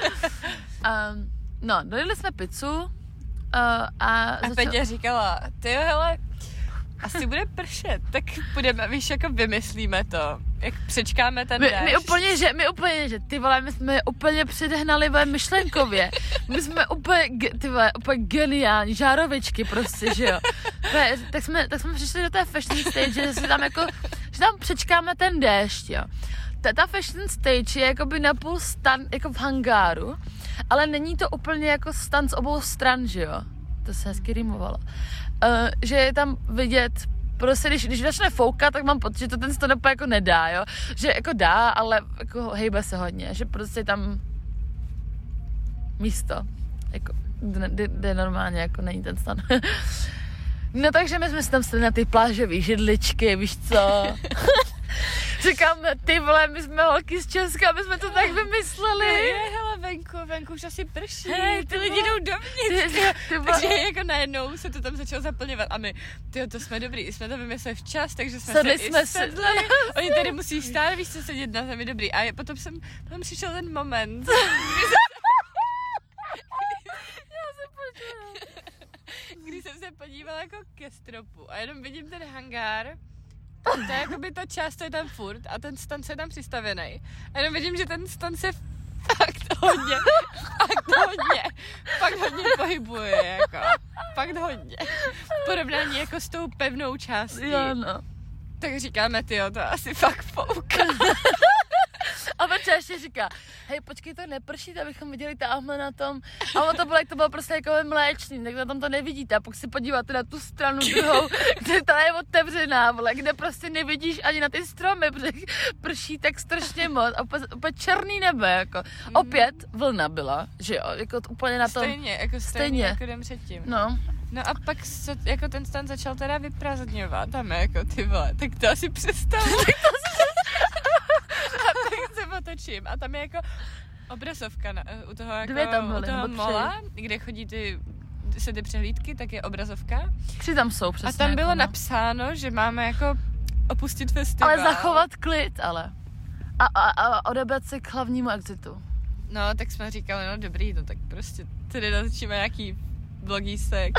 No, dojeli jsme pizzu a Peťa říkala, tyjo, hele, asi bude pršet, tak půjdeme, víš, jako vymyslíme to, jak přečkáme ten dážď. My úplně, že ty vole, my jsme úplně předehnali myšlenkově. My jsme úplně geniální, žárovičky prostě, že jo. Tak jsme přišli do té fashion stage, že tam přečkáme ten déšť, jo. Ta fashion stage je jakoby napůl stan, jako v hangáru, ale není to úplně jako stan z obou stran, že jo. To se hezky rýmovalo. Že je tam vidět, prostě když začne foukat, tak mám pocit, že to ten stan jako nedá, jo. Že jako dá, ale jako hejbe se hodně, že prostě tam místo, jako, kde normálně jako není ten stan. No takže my jsme si tam stali na ty plážové židličky, víš co? Říkám, ty vole, my jsme holky z Česka, my jsme to tak vymysleli. Hele, venku už asi prší. Hej, ty lidi jdou dovnitř. Takže jako najednou se to tam začalo zaplňovat a my, tyjo, to jsme dobrý, jsme to vymysleli včas, takže jsme sedli. Oni tady musí vstát, víš co, sedět na zemi, dobrý. A potom přišel ten moment. Když jsem se podívala jako ke stropu a jenom vidím ten hangár, to je jakoby ta část, to je tam furt a ten stan se je tam přistavený. A jenom vidím, že ten stan se fakt hodně pohybuje, jako. Fakt hodně. V porovnání jako s tou pevnou částí. Jo, no. Tak říkáme, tyjo, to asi fakt fouká. A Verča ještě říká, hej, počkej, to neprší, abychom viděli tamhle na tom. A to bylo prostě jako mléčný, tak na tom to nevidíte. A pak si podíváte na tu stranu druhou, kde ta je otevřená, vole, kde prostě nevidíš ani na ty stromy, protože prší tak strašně moc. A úplně černý nebe, jako. Opět vlna byla, že jo, jako úplně na tom. Stejně jako den předtím. No. No a pak se, jako ten stan začal teda vyprázdňovat, tam jako ty vole, tak to asi přestalo. A tak se otočím a tam je jako obrazovka u toho jako mola, kde chodí ty přehlídky, tak je obrazovka. 3 tam jsou přesně. A tam bylo napsáno, že máme jako opustit festival. Ale zachovat klid, ale. A odebrat se k hlavnímu exitu. No, tak jsme říkali, no dobrý, no tak prostě tady natočíme nějaký vlogísek,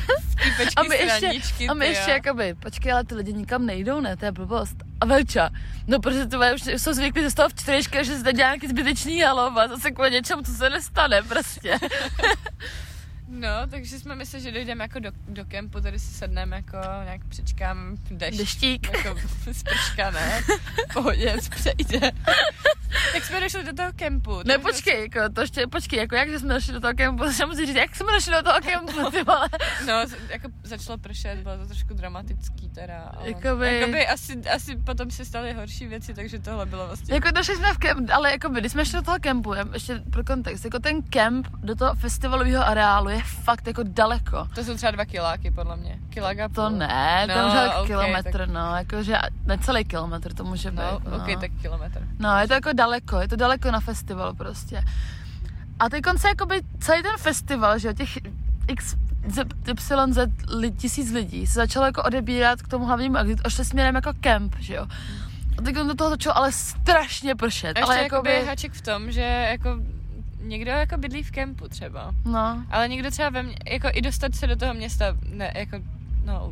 a my ještě jakoby, počkej, ale ty lidi nikam nejdou, ne, to je blbost. A Velča, no protože to už jsou zvyklí ze toho v 4, že se dělá nějaký zbytečný halova, zase kvůli něčemu, co se nestane prostě. No, takže jsme mysleli, že dojdeme jako do kempu, tady si sedneme jako nějak přečkám deštík. Jako sprška, ne? Pohodě, přejde. Tak jsme došli do toho kempu. Ne, počkej, jako jak jsme došli do toho kempu, musím říct, jak jsme došli do toho kempu, ty vole. No, jako začalo pršet, bylo to trošku dramatický teda, ale jakoby asi potom se staly horší věci, takže tohle bylo vlastně. Jako došli jsme v kempu, ale jakoby, když jsme šli do toho kempu, ještě pro kontext, jako ten kemp do toho festivalového areálu je fakt jako daleko. To jsou třeba 2 kiláky, podle mě. Kiláka to ne, to možná okay, kilometr, tak... no, jakože necelý kilometr to může být. No, ok, tak kilometr. No, je to jako daleko, je to daleko na festival prostě. A teď konce jakoby celý ten festival, že jo, těch XYZ tisíc lidí se začalo jako odebírat k tomu hlavnímu exitu a šli směrem jako kemp, že jo. A teď do toho začalo ale strašně pršet. A ještě ale jakoby je haček v tom, že jako někdo jako bydlí v kempu třeba. No. Ale někdo třeba jako i dostat se do toho města, ne, jako, no,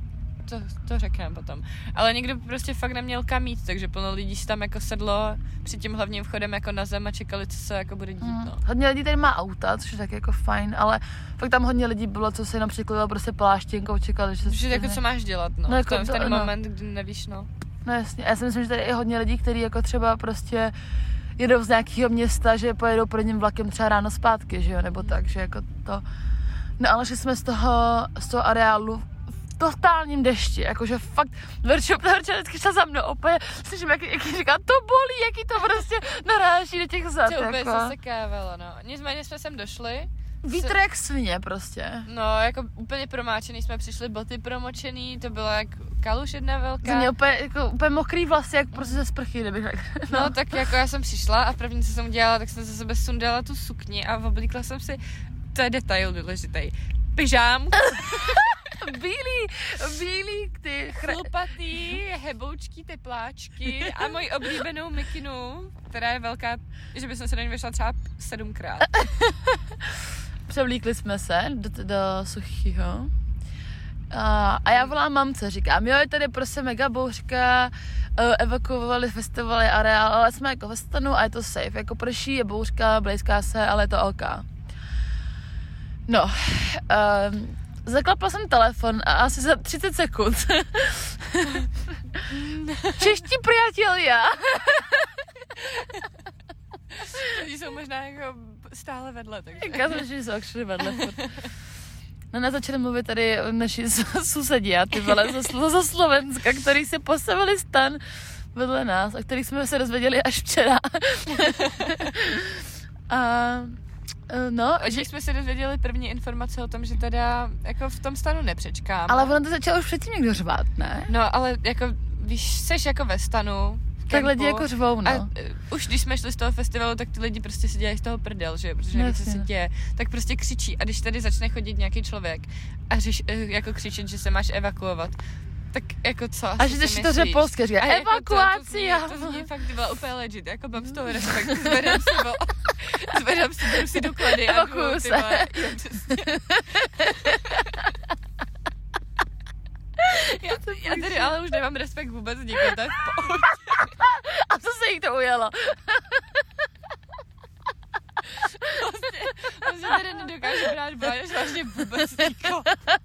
to řekneme potom. Ale někdo prostě fakt neměl kam jít, takže plno lidí si tam jako sedlo před tím hlavním vchodem jako na zem a čekali, co se jako bude dít, no. Hodně lidí tady má auta, což je tak jako fajn, ale fakt tam hodně lidí bylo, co se jenom přiklidilo prostě pláštěnkou, čekali, že Že jako co máš dělat, no. No, jako v ten moment, kdy nevíš, no. No jasně, já si myslím, že tady je hodně lidí, kteří jako třeba prostě jedou z nějakého města, že pojedou prvním vlakem třeba ráno zpátky, že jo, nebo tak, že jako to. No ale že jsme z toho areálu v totálním dešti, jakože fakt, Verča vždycky šla za mnou opět, slyším, jaký říká, to bolí, jaký to prostě naráží do těch zad, to úplně jako. zasekávalo, no. Nicméně jsme sem došli. Vítr jak svině prostě. No, jako úplně promáčený jsme přišli, boty promočený, to byla jak kaluž jedna velká. Mě úplně mokrý vlasy, jak prostě ze sprchy, kdybych řekl. No, tak jako já jsem přišla a první, co jsem udělala, tak jsem ze sebe sundala tu sukni a oblíkla jsem si, to je detail důležitý, pyžám. Bílý, ty chlupatý, heboučký tepláčky a moji oblíbenou mikinu, která je velká, že bych se na ní vešla třeba 7krát. Převlíkli jsme se do suchýho. A já volám mamce, říkám, jo, je tady prostě mega bouřka, evakuovali, festivali areál, ale jsme jako ve stanu a je to safe, jako prší, je bouřka, blejská se, ale je to OK. No, zaklapla jsem telefon a asi za 30 sekund. Čeští přátelé. Oni jsou možná jako stále vedle, takže. Kazím, že jsou actually vedle. No na začali mluvit tady naši sousedí a ty vole ze Slovenska, který si postavili stan vedle nás a který jsme se dozvěděli až včera. No, že jsme se dozvěděli první informace o tom, že teda jako v tom stanu nepřečkáme. Ale ono to začalo už předtím někdo řvát, ne? No, ale jako, když seš jako ve stanu, tak lidi jako řvou, no. A už když jsme šli z toho festivalu, tak ty lidi prostě si dělají z toho prdel, že jo, protože neví, co se děje, tak prostě křičí a když tady začne chodit nějaký člověk a jako křičet, že se máš evakuovat, tak jako co? A že to řve polské, říká evakuaci. To zní fakt byla úplně legit, jako mám z toho respekt, zvedám si, beru si doklady a evakuju se. Já tady ale už nemám respekt vůbec nikoho, to je v pohodě. A co se jí to ujelo? Vlastně tady nedokážu brát vážně vůbec nikoho.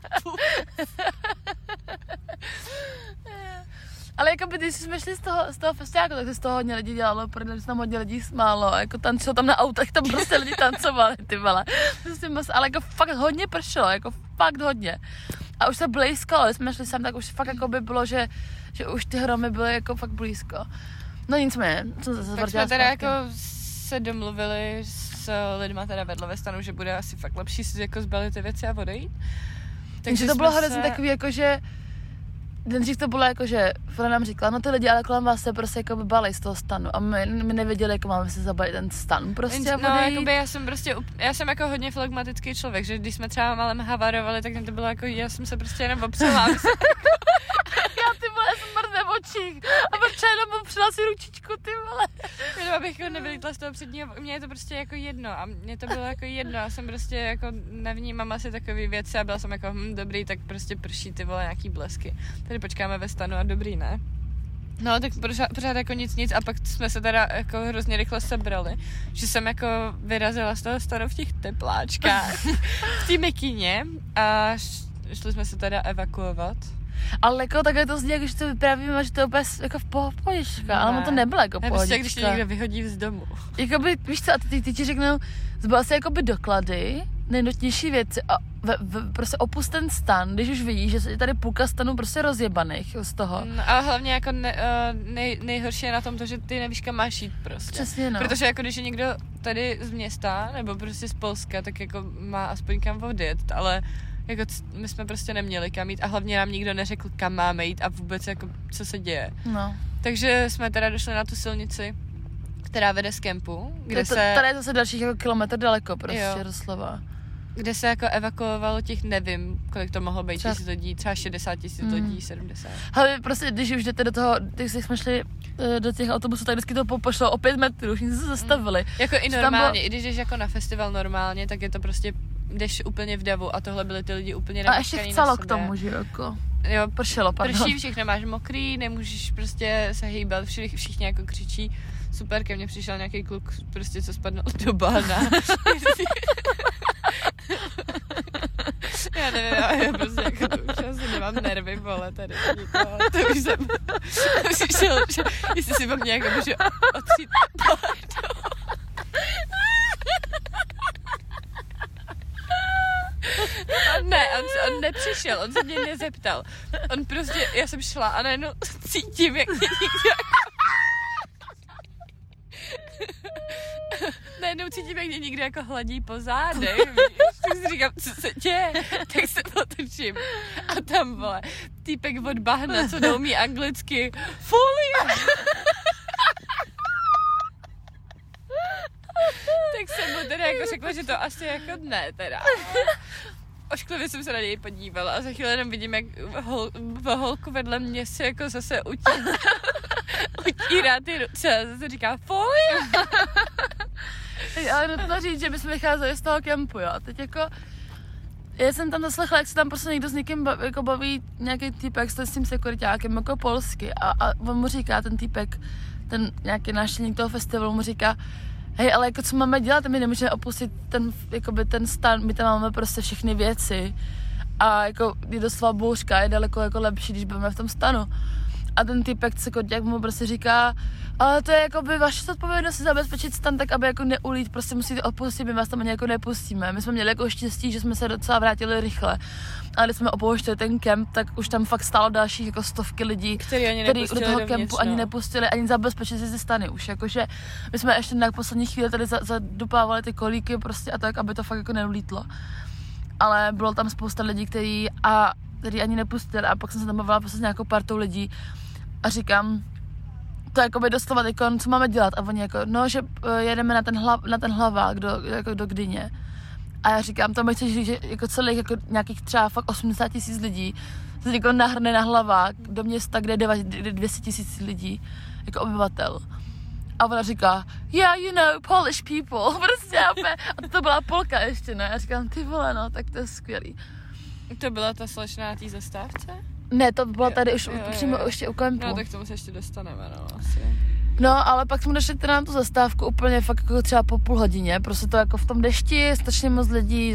Ale jako by, když jsme šli z toho festiáku, tak se z toho hodně lidí dělalo, protože se tam hodně lidí smálo, jako tančilo tam na autech, tam prostě lidi tancovali, ty vole. Ale jako fakt hodně pršelo, jako fakt hodně. A už se blízkalo, když jsme šli sem, tak už fakt jako by bylo, že už ty hromy byly jako fakt blízko. No nicméně, co se tak jsme teda jako se domluvili s lidma teda vedle ve stanu, že bude asi fakt lepší si jako zbalit ty věci a odejít. Takže to bylo hrozně takový jako, že dřív to bylo jako, že Fona nám říkala, no ty lidi, ale kolem vás se prostě jako by balej z toho stanu a my nevěděli, jako máme se zabalit ten stan prostě. No, jakoby já jsem jako hodně flegmatický člověk, že když jsme třeba malem havarovali, tak to bylo jako, já jsem se prostě jenom opřela. Já ty vole smrdne v očích a Vrča jenom opřela si ručičku, ty vole. Jenom abych nevylítla z toho předního, mně je to prostě jako jedno a mně to bylo jako jedno, já jsem prostě jako nevnímám asi takové věci a byla jsem jako dobrý, tak prostě prší ty vole nějaký blesky. Tady počkáme ve stanu a dobrý, ne? No, tak pořád jako nic a pak jsme se teda jako hrozně rychle sebrali, že jsem jako vyrazila z toho stanu v těch tepláčkách, v té mikině a šli jsme se teda evakuovat. Ale jako takhle to zní, jako, že to vyprávíme, že to je úplně jako v pohodička, ale ono to nebylo jako pohodička. Prostě když tě někdo vyhodí z domu. Jakoby, víš co, a ty ti řeknou, zbyl si jakoby doklady, nejnutnější věci a prostě opust ten stan, když už vidíš, že je tady půlka stanů prostě rozjebaných z toho. No, ale hlavně jako nejhorší je na tom to, že ty nevíš, kam máš jít prostě. Přesně, no. Protože jako když je někdo tady z města, nebo prostě z Polska, tak jako má aspoň kam odjet, ale jako my jsme prostě neměli kam jít a hlavně nám nikdo neřekl, kam máme jít a vůbec jako co se děje. No. Takže jsme teda došli na tu silnici, která vede z kempu, kde se... Tady je zase dalších jako kilometr daleko prostě, doslova. Kde se jako evakuovalo těch, nevím, kolik to mohlo být, tisíc lidí, třeba 60 000 lidí, 70. Ale prostě, když už jdete do toho, když jsme šli do těch autobusů, tak vždycky to pošlo o 5 metrů, všichni se zastavili. Jako i normálně, i když jdeš jako na festival normálně, tak je to prostě, jdeš úplně v davu a tohle byli ty lidi úplně a ještě chcelo k tomu, že jako. Jo, pršelo, pardon. Prší, všechno máš mokrý, nemůžeš prostě se hýbat, všichni jako křičí. Super, ke mně přišel nějaký kluk, prostě co spadnul do bahna. Já nevím, já prostě jako to už asi nemám nervy, vole, tady nikoho. To už jsem přišel, že jestli si po mně jako můžu otřít pardon. Ne, on nepřišel, on se mě nezeptal. On prostě, já jsem šla a najednou cítím, jak mě někdo najednou cítím, jak mě někdo jako hladí po zádech, tak si říkám, co se děje, tak se otočím a tam, vole, týpek od bahna, co neumí anglicky, folie! Tak jsem mu teda jako řekla, že to asi jako ne, teda. Ošklivě jsem se na něj podívala a za chvíli jenom vidím, jak holku vedle mě se jako zase utírá ty ruce a zase říká folie. Ale nutno říct, že bychom vycházeli z toho kempu, jo. Teď jako, já jsem tam zaslechla, jak se tam prostě někdo s někým baví nějaký týpek s tím sekuritákem jako polsky a on mu říká, ten týpek, ten nějaký návštěvník toho festivalu mu říká, hej, ale jako co máme dělat, my nemůžeme opustit ten stan, my tam máme prostě všechny věci a jako je doslova bouřka, je daleko jako lepší, když budeme v tom stanu. A ten týpek jak mu prostě říká, ale to je jako by vaše zodpovědnost si zabezpečit stan tak, aby jako neulít, prostě musíte opustit, my vás tam ani jako nepustíme. My jsme měli jako štěstí, že jsme se docela vrátili rychle. A když jsme opouštěli ten kemp, tak už tam fakt stálo dalších jako stovky lidí, kteří do toho kempu ani nepustili, ani zabezpečit si stany už. Jakože my jsme ještě na poslední chvíli tady zadupávali ty kolíky prostě a tak, aby to fakt jako neulítlo. Ale bylo tam spousta lidí, kteří ani nepustili a pak jsem se tam bavila prostě s nějakou partou lidí a říkám, to jako by doslova teďko, co máme dělat? A oni jako, no, že jedeme na ten hlavák do Gdyně. A já říkám, to mi chceš říct, že jako celých jako nějakých třeba fakt 80 000 lidí se jako nahrne na hlavák do města, kde je 200 000 lidí, jako obyvatel. A ona říká, yeah, you know, Polish people, prostě a to byla Polka ještě, ne? Já říkám, ty vole, no, tak to je skvělý. To byla ta slečna na té zastávce? Ne, to byla tady už přímo ještě u kempu. No, tak k tomu se ještě dostaneme, no, asi. No, ale pak jsme došli teda na tu zastávku úplně fakt jako třeba po půl hodině, prostě to jako v tom dešti, strašně moc lidí.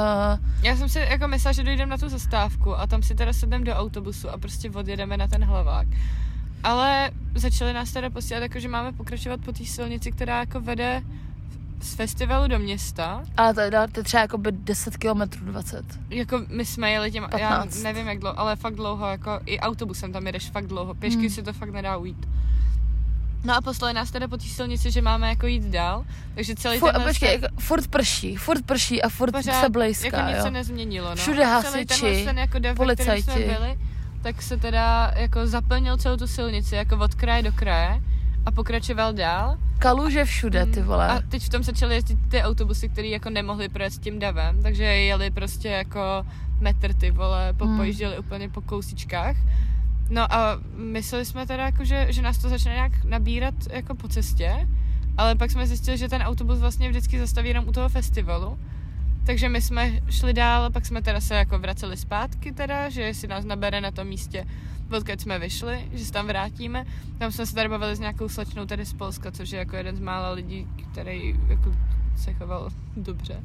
Já jsem si jako myslela, že dojdeme na tu zastávku a tam si teda sedneme do autobusu a prostě odjedeme na ten hlavák. Ale začali nás teda posílat, jako, že máme pokračovat po té silnici, která jako vede z festivalu do města. Ale to je třeba jako by 10 km 20. Jako my jsme jeli těm, 15. já nevím jak dlouho, ale fakt dlouho, jako i autobusem tam jedeš fakt dlouho, pěšky si to fakt nedá ujít. No a poslali nás teda po té silnici, že máme jako jít dál, takže celý furt prší a furt se blejská, jako něco jo. nezměnilo, no. Všude hasiči, jako policajti. Tak se teda jako zaplnil celou tu silnici, jako od kraje do kraje a pokračoval dál. Kaluže všude, ty vole. A teď v tom začaly jezdit ty autobusy, které jako nemohly projet s tím davem, takže jeli prostě jako metr, ty vole, pojížděli úplně po kousičkách. No a mysleli jsme teda jako, že nás to začne nějak nabírat jako po cestě, ale pak jsme zjistili, že ten autobus vlastně vždycky zastaví jenom u toho festivalu. Takže my jsme šli dál, pak jsme teda se jako vraceli zpátky teda, že si nás nabere na tom místě, odkud jsme vyšli, že se tam vrátíme. Tam jsme se tady bavili s nějakou slečnou tady z Polska, což je jako jeden z mála lidí, který jako se choval dobře.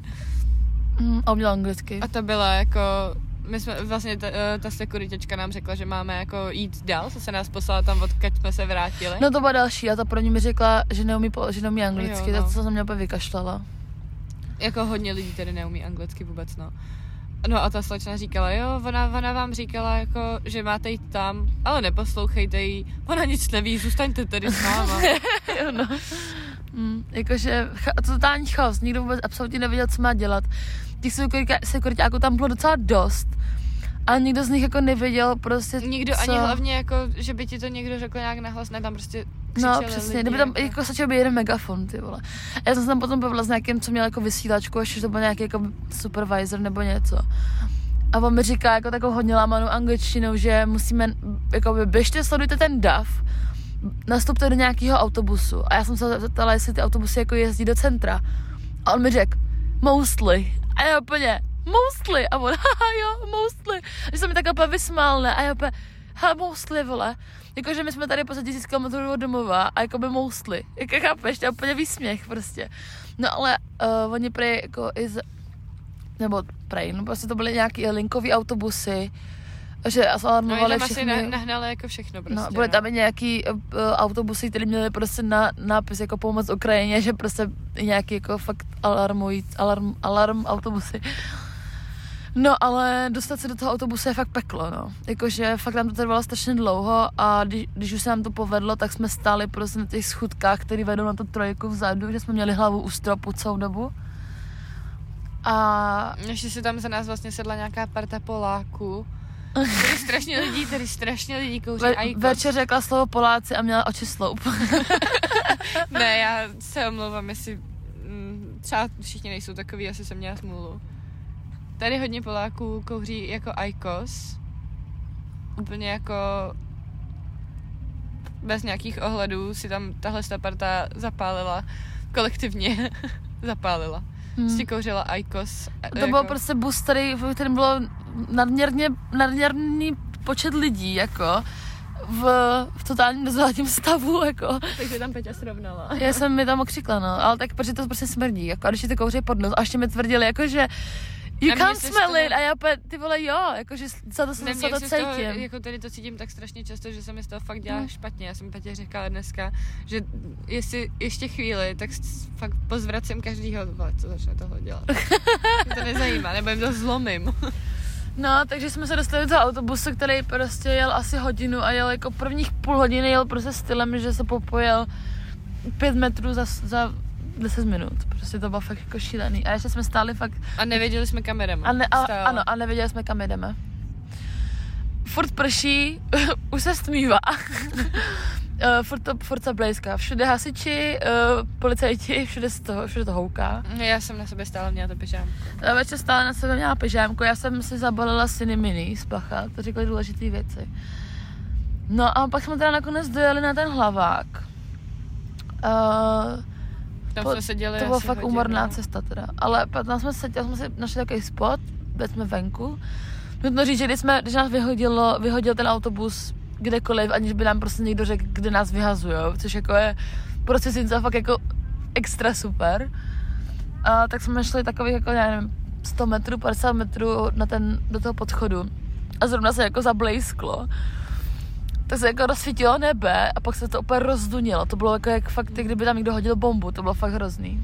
A uměl anglicky. A to byla jako, my jsme vlastně, ta sekuritěčka nám řekla, že máme jako jít dál, co se nás poslala tam, odkud jsme se vrátili. No to byla další a ta pro ní mi řekla, že neumí anglicky, jo, no. To jsem mě opět vykašlala. Jako hodně lidí tady neumí anglicky vůbec, no. No a ta slečna říkala, jo, ona vám říkala, jako, že máte jít tam, ale neposlouchejte jí, ona nic neví, zůstaňte tady s náma. Jo, no. Jakože totální chaos, nikdo vůbec absolutně nevěděl, co má dělat. Těch sekuritáků tam bylo docela dost, ale nikdo z nich jako nevěděl prostě nikdo co... ani hlavně jako, že by ti to někdo řekl nějak nahlas, ne, tam prostě no přesně, lidi, kdyby tam jako stačil by jeden megafon, ty vole. Já jsem se tam potom bavila s nějakým, co měl jako vysílačku, ještě to byl nějaký jako supervisor nebo něco. A on mi říká jako takovou hodně lámanou angličtinou, že musíme, jako běžte, sledujte ten DAF, nastupte do nějakého autobusu. A já jsem se zeptala, jestli ty autobusy jako jezdí do centra. A on mi řekl, mostly. A já úplně, mostly. A on, haha, jo, mostly. A že se mi takhle úplně vysmál, ne? A já úplně, mostly, vole. Jakože my jsme tady po 1000 km od domova a jakoby mostly. Jak chápeš, to je úplně výsměch prostě. No ale oni prej jako nebo prostě to byly nějaký linkový autobusy, že alarmovali všechny. No, tam asi nahnali jako všechno prostě. No, byly tam i nějaký autobusy, které měly prostě nápis jako pomoc Ukrajině, že prostě nějaký jako fakt alarm autobusy. No, ale dostat se do toho autobusu je fakt peklo, no. Jakože fakt nám to trvalo strašně dlouho a když už se nám to povedlo, tak jsme stáli prostě na těch schůdkách, které vedou na tu trojku vzadu, že jsme měli hlavu u stropu celou dobu. A ještě si tam za nás vlastně sedla nějaká parta Poláků. Tady strašně lidí kouří ajkos. Večer řekla slovo Poláci a měla oči sloup. Ne, já se omlouvám, jestli třeba všichni nejsou takový, asi jsem měla smůlu. Tady hodně Poláků kouří jako ajkos. Úplně jako bez nějakých ohledů si tam tahle parta zapálila. Kolektivně zapálila. Prostě kouřila ajkos. To byl prostě bus, v kterém bylo nadměrný počet lidí, jako v totálním nezvládním stavu, jako. Takže tam Peťa srovnala. Já jsem mi tam okřikla, no, ale tak protože to prostě smrdí, jako, a když to kouří pod nos, a ještě mi tvrdili, jako, že you can't smell it, a já ty vole, jo, jakože za to cítím. Jako tady to cítím tak strašně často, že se mi z toho fakt dělá špatně. Já jsem Petě říkala dneska, že jestli ještě chvíli, tak fakt pozvracím každýho, co začne tohle dělat. Mě to nezajímá, nebo jim to zlomím. No, takže jsme se dostali do toho autobusu, který prostě jel asi hodinu a jel jako prvních půl hodiny jel prostě stylem, že se popojel 5 metrů za 10 minut. Prostě to bylo fakt jako šílený. A ještě jsme stáli fakt... A nevěděli jsme kam jdeme. Ano, a nevěděli jsme kam jdeme. Furt prší, už se stmívá. Furt se blejská. Všude hasiči, policajti, všude to houká. Já jsem na sebe stále měla to pyžámko. Večer stále na sebe měla pyžámko. Já jsem si zabalila syny mini z Bacha. To řekly důležité věci. No a pak jsme teda nakonec dojeli na ten hlavák. Tam jsme seděli. To byla fakt úmorná cesta teda. Ale tam jsme seděli, jsme si našli takový spot, kde jsme venku. Nutno říct, že když nás vyhodil ten autobus kdekoliv, aniž by nám prostě někdo řekl, kde nás vyhazujou, což jako je prostě si fakt jako extra super. A tak jsme šli takových jako, nevím, 100 metrů, 50 metrů do toho podchodu. A zrovna se jako zablejsklo. Tak se jako rozsvítilo nebe a pak se to úplně rozdunilo. To bylo jako jak fakt, kdyby tam někdo hodil bombu, to bylo fakt hrozný.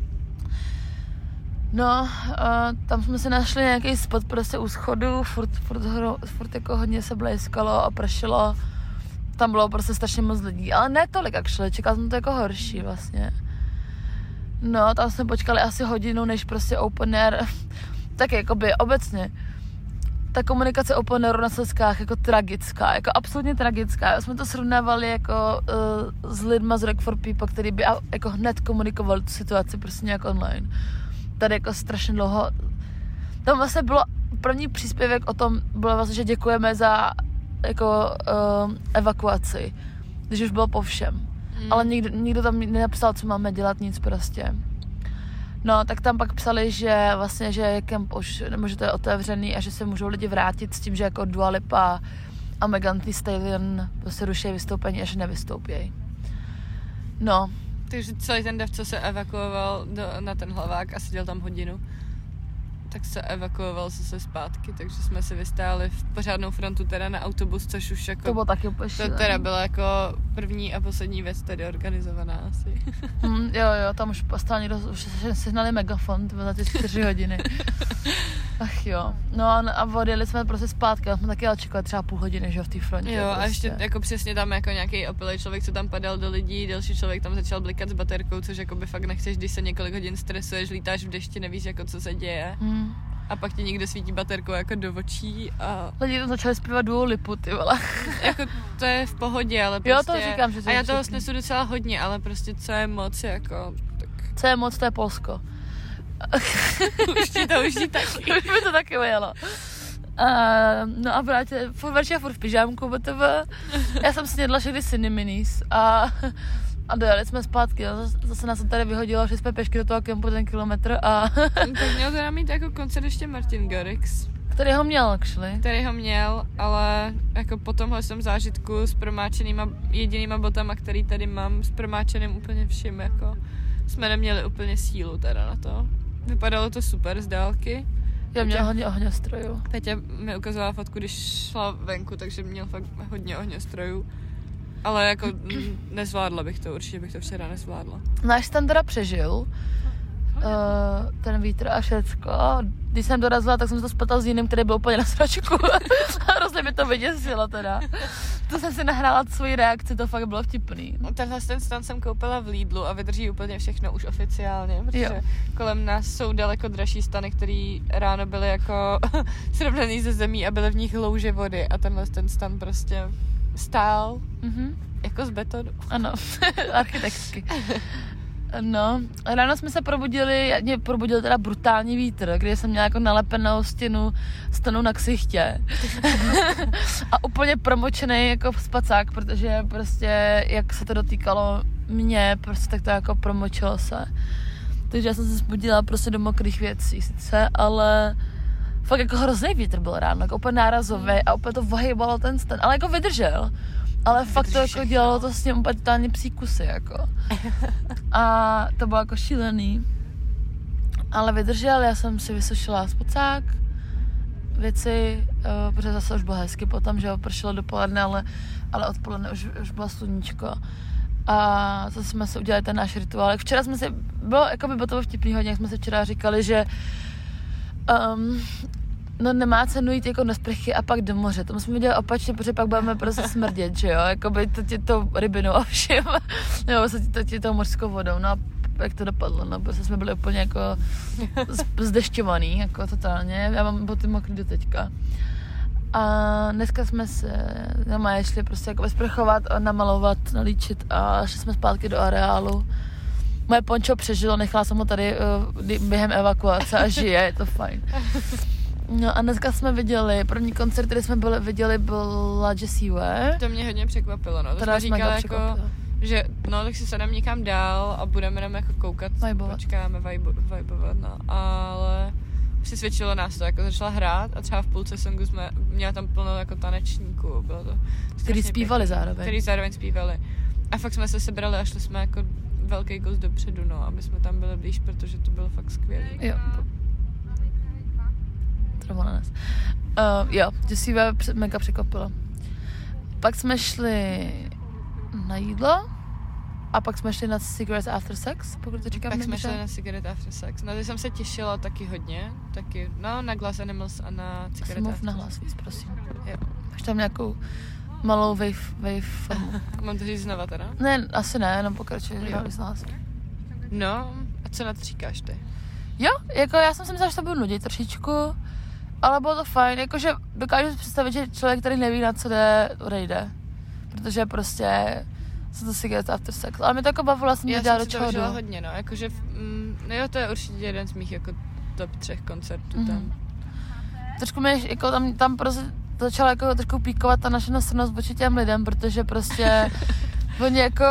No, tam jsme si našli nějaký spot prostě u schodu, furt jako hodně se blejskalo a pršelo. Tam bylo prostě strašně moc lidí, ale ne tolik jak šli, čekala jsem to jako horší vlastně. No, tam jsme počkali asi hodinu, než prostě open air, tak jakoby obecně. Ta komunikace open airu na Slezskách jako tragická, jako absolutně tragická. Jsme to srovnávali jako s lidma z Rock for People, který by jako hned komunikovali tu situaci prostě nějak online. Tady jako strašně dlouho. Tam vlastně bylo první příspěvek o tom, bylo vlastně, že děkujeme za jako evakuaci, když už bylo po všem. Ale nikdo tam nenapsal, co máme dělat, nic prostě. No, tak tam pak psali, že vlastně, že kemp už, nebo že to je otevřený a že se můžou lidi vrátit s tím, že jako Dua Lipa a Megan Thee Stallion prostě ruší vystoupení a že nevystoupějí. No. Takže celý ten dev, co se evakuoval na ten hlavák a seděl tam hodinu, tak se evakuoval zase zpátky, takže jsme si vystáli v pořádnou frontu teda na autobus, což už jako... To bylo taky úplně šílený. To teda byla jako první a poslední věc tady organizovaná asi. Jo, tam už stále někdo, už sehnali megafon za ty 4 hodiny. Ach jo. No a odjeli jsme prostě zpátky, a jsme taky čekali třeba půl hodiny, že v té frontě. Jo, prostě. A ještě jako přesně tam jako nějaký opilej člověk, co tam padal do lidí, další člověk tam začal blikat s baterkou, což jako by fakt nechceš, když se několik hodin stresuješ, lítáš v dešti, nevíš jako co se děje. A pak ti někdo svítí baterkou jako do očí a... Lidi tam začali zpívat Dua Lipu, ty vole. Jako to je v pohodě, ale prostě... Jo, to říkám, že to a já toho snesu docela hodně, ale prostě co je moc, jako... Tak... Co je moc, to je Polsko. Už ti taky. Už mi to taky ujelo. No a vrátě, furt v pyžámku, já jsem snědla všechny Cinny Minis a A dojeli jsme zpátky, zase nás tady vyhodilo, že jsme pěšky do toho kempu ten kilometr a... Tak měl teda mít jako koncert ještě Martin Garrix. Který ho měl, actually. Který ho měl, ale jako po tomhle jsem zážitku s promáčenýma jedinýma botama, který tady mám, s promáčeným úplně vším, jako jsme neměli úplně sílu teda na to. Vypadalo to super z dálky. Já měl hodně ohňostrojů. Peťa mi ukazovala fotku, když šla venku, takže měl fakt hodně ohňostrojů. Ale jako nezvládla bych to, určitě bych to včera nezvládla. Náš stan teda přežil, ten vítr a všecko. Když jsem dorazila, tak jsem to spletla s jiným, který byl úplně na sračku. A hrozně mi to vyděsilo teda. To jsem si nahrála svoji reakci, to fakt bylo vtipný. Ten stan jsem koupila v Lidlu a vydrží úplně všechno už oficiálně, protože kolem nás jsou daleko dražší stany, který ráno byly jako srovnaný ze zemí a byly v nich louže vody a ten stan prostě stál jako z betonu. Ano, architektky. No, ráno jsme se probudili, mě probudil teda brutální vítr, kdy jsem měla jako nalepenou stanu na ksichtě. A úplně promočený jako spacák, protože prostě, jak se to dotýkalo mě, prostě tak to jako promočilo se. Takže já jsem se zbudila prostě do mokrých věcí sice, ale fakt jako hrozný vítr byl ráno, jako úplně nárazový a úplně to ohejbalo ten stan, ale jako vydržel. Ale fakt to jako dělalo to s ním úplně totálně psíkusy, jako. A to bylo jako šílený. Ale vydržel, já jsem si vysušila spacák, věci, protože zase už bylo hezky potom, že pršelo dopoledne, ale odpoledne už bylo sluníčko. A zase jsme si udělali ten náš rituál. Včera jsme si, bylo to vtipný hodně, jak jsme si včera říkali, že no nemá cenu jít jako na sprchy a pak do moře. To musíme dělat opačně, protože pak budeme prostě smrdět, že jo? Jakoby to rybinou a všem. Nebo se tou mořskou vodou. No a jak to dopadlo, no prostě jsme byli úplně jako zdešťovaný, jako totálně. Já mám boty mokrý do teďka. A dneska jsme se šli prostě jako sprchovat, namalovat, nalíčit a šli jsme zpátky do areálu. Moje pončo přežilo, nechala jsem ho tady během evakuace a žije, je to fajn. No a dneska jsme viděli, první koncert, který jsme viděli, byla Jessie Ware. To mě hodně překvapilo, no. To jsme říkali jako, že no, tak si sedem někam dál a budeme nám jako koukat, počkáme, vibovat, no. Ale přesvědčilo nás to, jako začala hrát a třeba v půlce songu jsme měla tam plno jako tanečníků, bylo to který zpívali zároveň. Který zároveň zpívali. A fakt jsme se sebrali a šli jsme jako velký kus dopředu, no, aby jsme tam byli blíž, protože to bylo fakt skvělé. Jo. Na nás. Jo, Jessie Ware mega překvapila. Pak jsme šli na jídlo a pak jsme šli na Cigarettes After Sex, pokud to říkám. Pak jsme šli na Cigarettes After Sex. Na ty jsem se těšila taky hodně. Taky, no, na Glass Animals a na Cigarettes After Sex. Na hlas víc, prosím. Jo. Máš tam nějakou malou wave formu. Mám to říct znova teda? Ne, asi ne, jenom pokračuji. No, a co na to říkáš ty? Jo, jako já jsem si myslela, že to budu nudit trošičku, ale bylo to fajn, jakože dokážu si představit, že člověk, který neví, na co jde, odejde. Protože prostě jsou to Cigarettes After Sex. Ale mě to jako bavilo, jsem dělala do čeho jdu. Já jsem si to hodně, no, jakože, no jo, to je určitě jeden z mých jako top 3 koncertů tam. Trošku mě, jako tam prostě začala jako trošku píkovat ta naše nasrnost vůči těm lidem, protože prostě oni jako,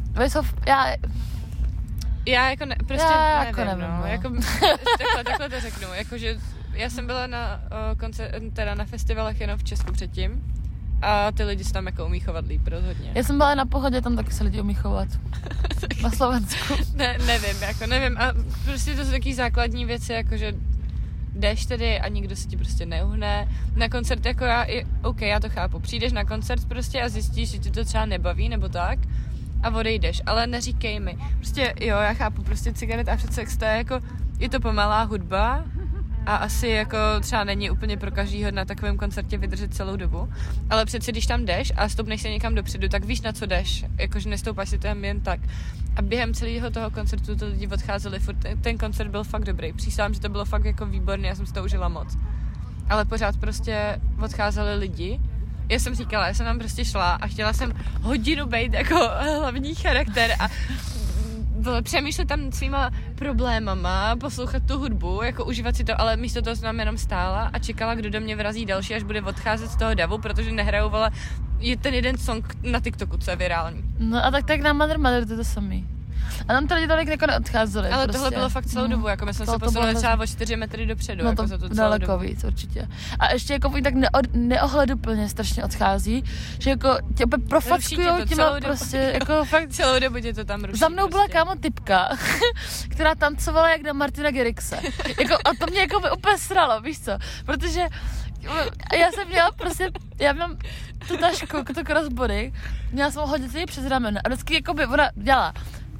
já jako prostě já nevím, jako nevím, no. Jako, takhle to řeknu, jakože já jsem byla na festivalech jenom v Česku předtím a ty lidi se tam jako umí chovat líp rozhodně. Já jsem byla na Pohodě, tam taky se lidi umí chovat. Na Slovensku. Nevím a prostě to jsou taky základní věci, jakože jdeš tedy a nikdo se ti prostě neuhne. Na koncert jako já to chápu, přijdeš na koncert prostě a zjistíš, že ti to třeba nebaví nebo tak a odejdeš, ale neříkej mi. Prostě jo, já chápu, prostě Cigarettes After Sex, to je jako, je to pomalá hudba a asi jako třeba není úplně pro každýho na takovém koncertě vydržet celou dobu, ale přece když tam jdeš a stoupneš se někam dopředu, tak víš, na co jdeš, jakože nestoupáš si tam jen tak. A během celého toho koncertu to lidi odcházeli furt, ten koncert byl fakt dobrý, přísahám, že to bylo fakt jako výborný, já jsem si to užila moc. Ale pořád prostě odcházeli lidi. Já jsem tam prostě šla a chtěla jsem hodinu být jako hlavní charakter a přemýšlet tam svýma problémama, poslouchat tu hudbu, jako užívat si to, ale místo toho jsem tam jenom stála a čekala, kdo do mě vrazí další, až bude odcházet z toho davu, protože nehrajou je ten jeden song na TikToku, co je virální. No a tak na Mother to je to samý. A tam to lidi tolik jako neodcházeli. Ale prostě. tohle bylo fakt celou dobu, jako my jsme se posunuli třeba o 4 metry dopředu. No jako to za to daleko dobu. víc, určitě. A ještě jako oni tak neohleduplně strašně odchází, že jako tě opět profackujou těma prostě, jako fakt... Celou dobu tě to tam ruší. Za mnou byla prostě. kámo typka, která tancovala jak na Martina Garrixe. Jako, a to mě jako by úplně sralo, víš co? Protože já jsem měla prostě, já mám tu tašku, to crossbody, měla jsem ho hodit si přes rameno a vždycky jako by ona dělala.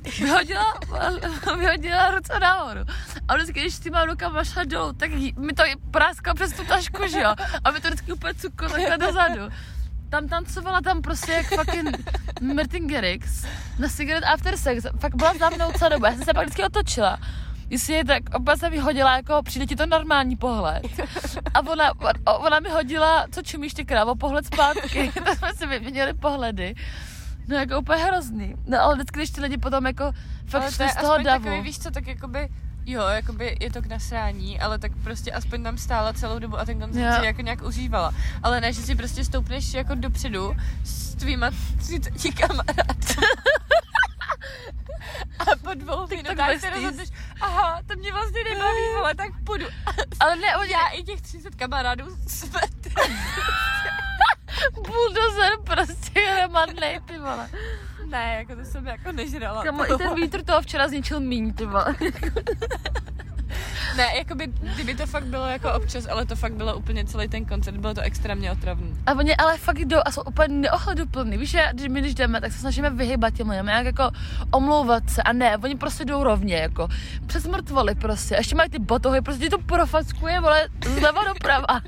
Vyhodila ruce nahoru. A vždycky, když s těma rukama šla dolů, tak mi to práskalo přes tu tašku, že jo? A mi to vždycky úplně cuklo takhle dozadu. Tam tancovala tam prostě jak fucking Martin Garrix na Cigarette After Sex. Fakt byla za mnou celou dobu. Já jsem se pak vždycky otočila. Jestli je tak, opět jsem mi hodila, jako přijde ti to normální pohled. A ona mi hodila, co čumíš ty krávo, pohled zpátky. Tak jsme si vyměnili pohledy. No jako úplně hrozný. No ale vždycky, když ty lidi potom jako fakt šli z toho davu. Takový, víš co, tak jakoby, jo, jakoby je to k nasrání, ale tak prostě aspoň tam stála celou dobu a ten koncert si jako nějak užívala. Ale ne, že si prostě stoupneš jako dopředu s tvýma 30 kamarády. A po 2 minutách se rozhodneš, aha, to mě vlastně nebaví, ale tak půjdu. Ale ne, já i těch 30 kamarádů jsme bulldozer prostě hromadnej, ty vole. Ne, jako to jsem jako nežrala. Kamo, i ten vítr toho včera zničil míň, ty vole. Ne, jakoby, kdyby to fakt bylo jako občas, ale to fakt bylo úplně celý ten koncert, bylo to extrémně otravný. A oni ale fakt jdou a jsou úplně neohleduplný. Víš, že když jdeme, tak se snažíme vyhybat těm lidem, nějak jako omlouvat se a ne, oni prostě jdou rovně, jako přes mrtvoly prostě. A ještě mají ty botohy, prostě to profackuje, vole, zleva doprava.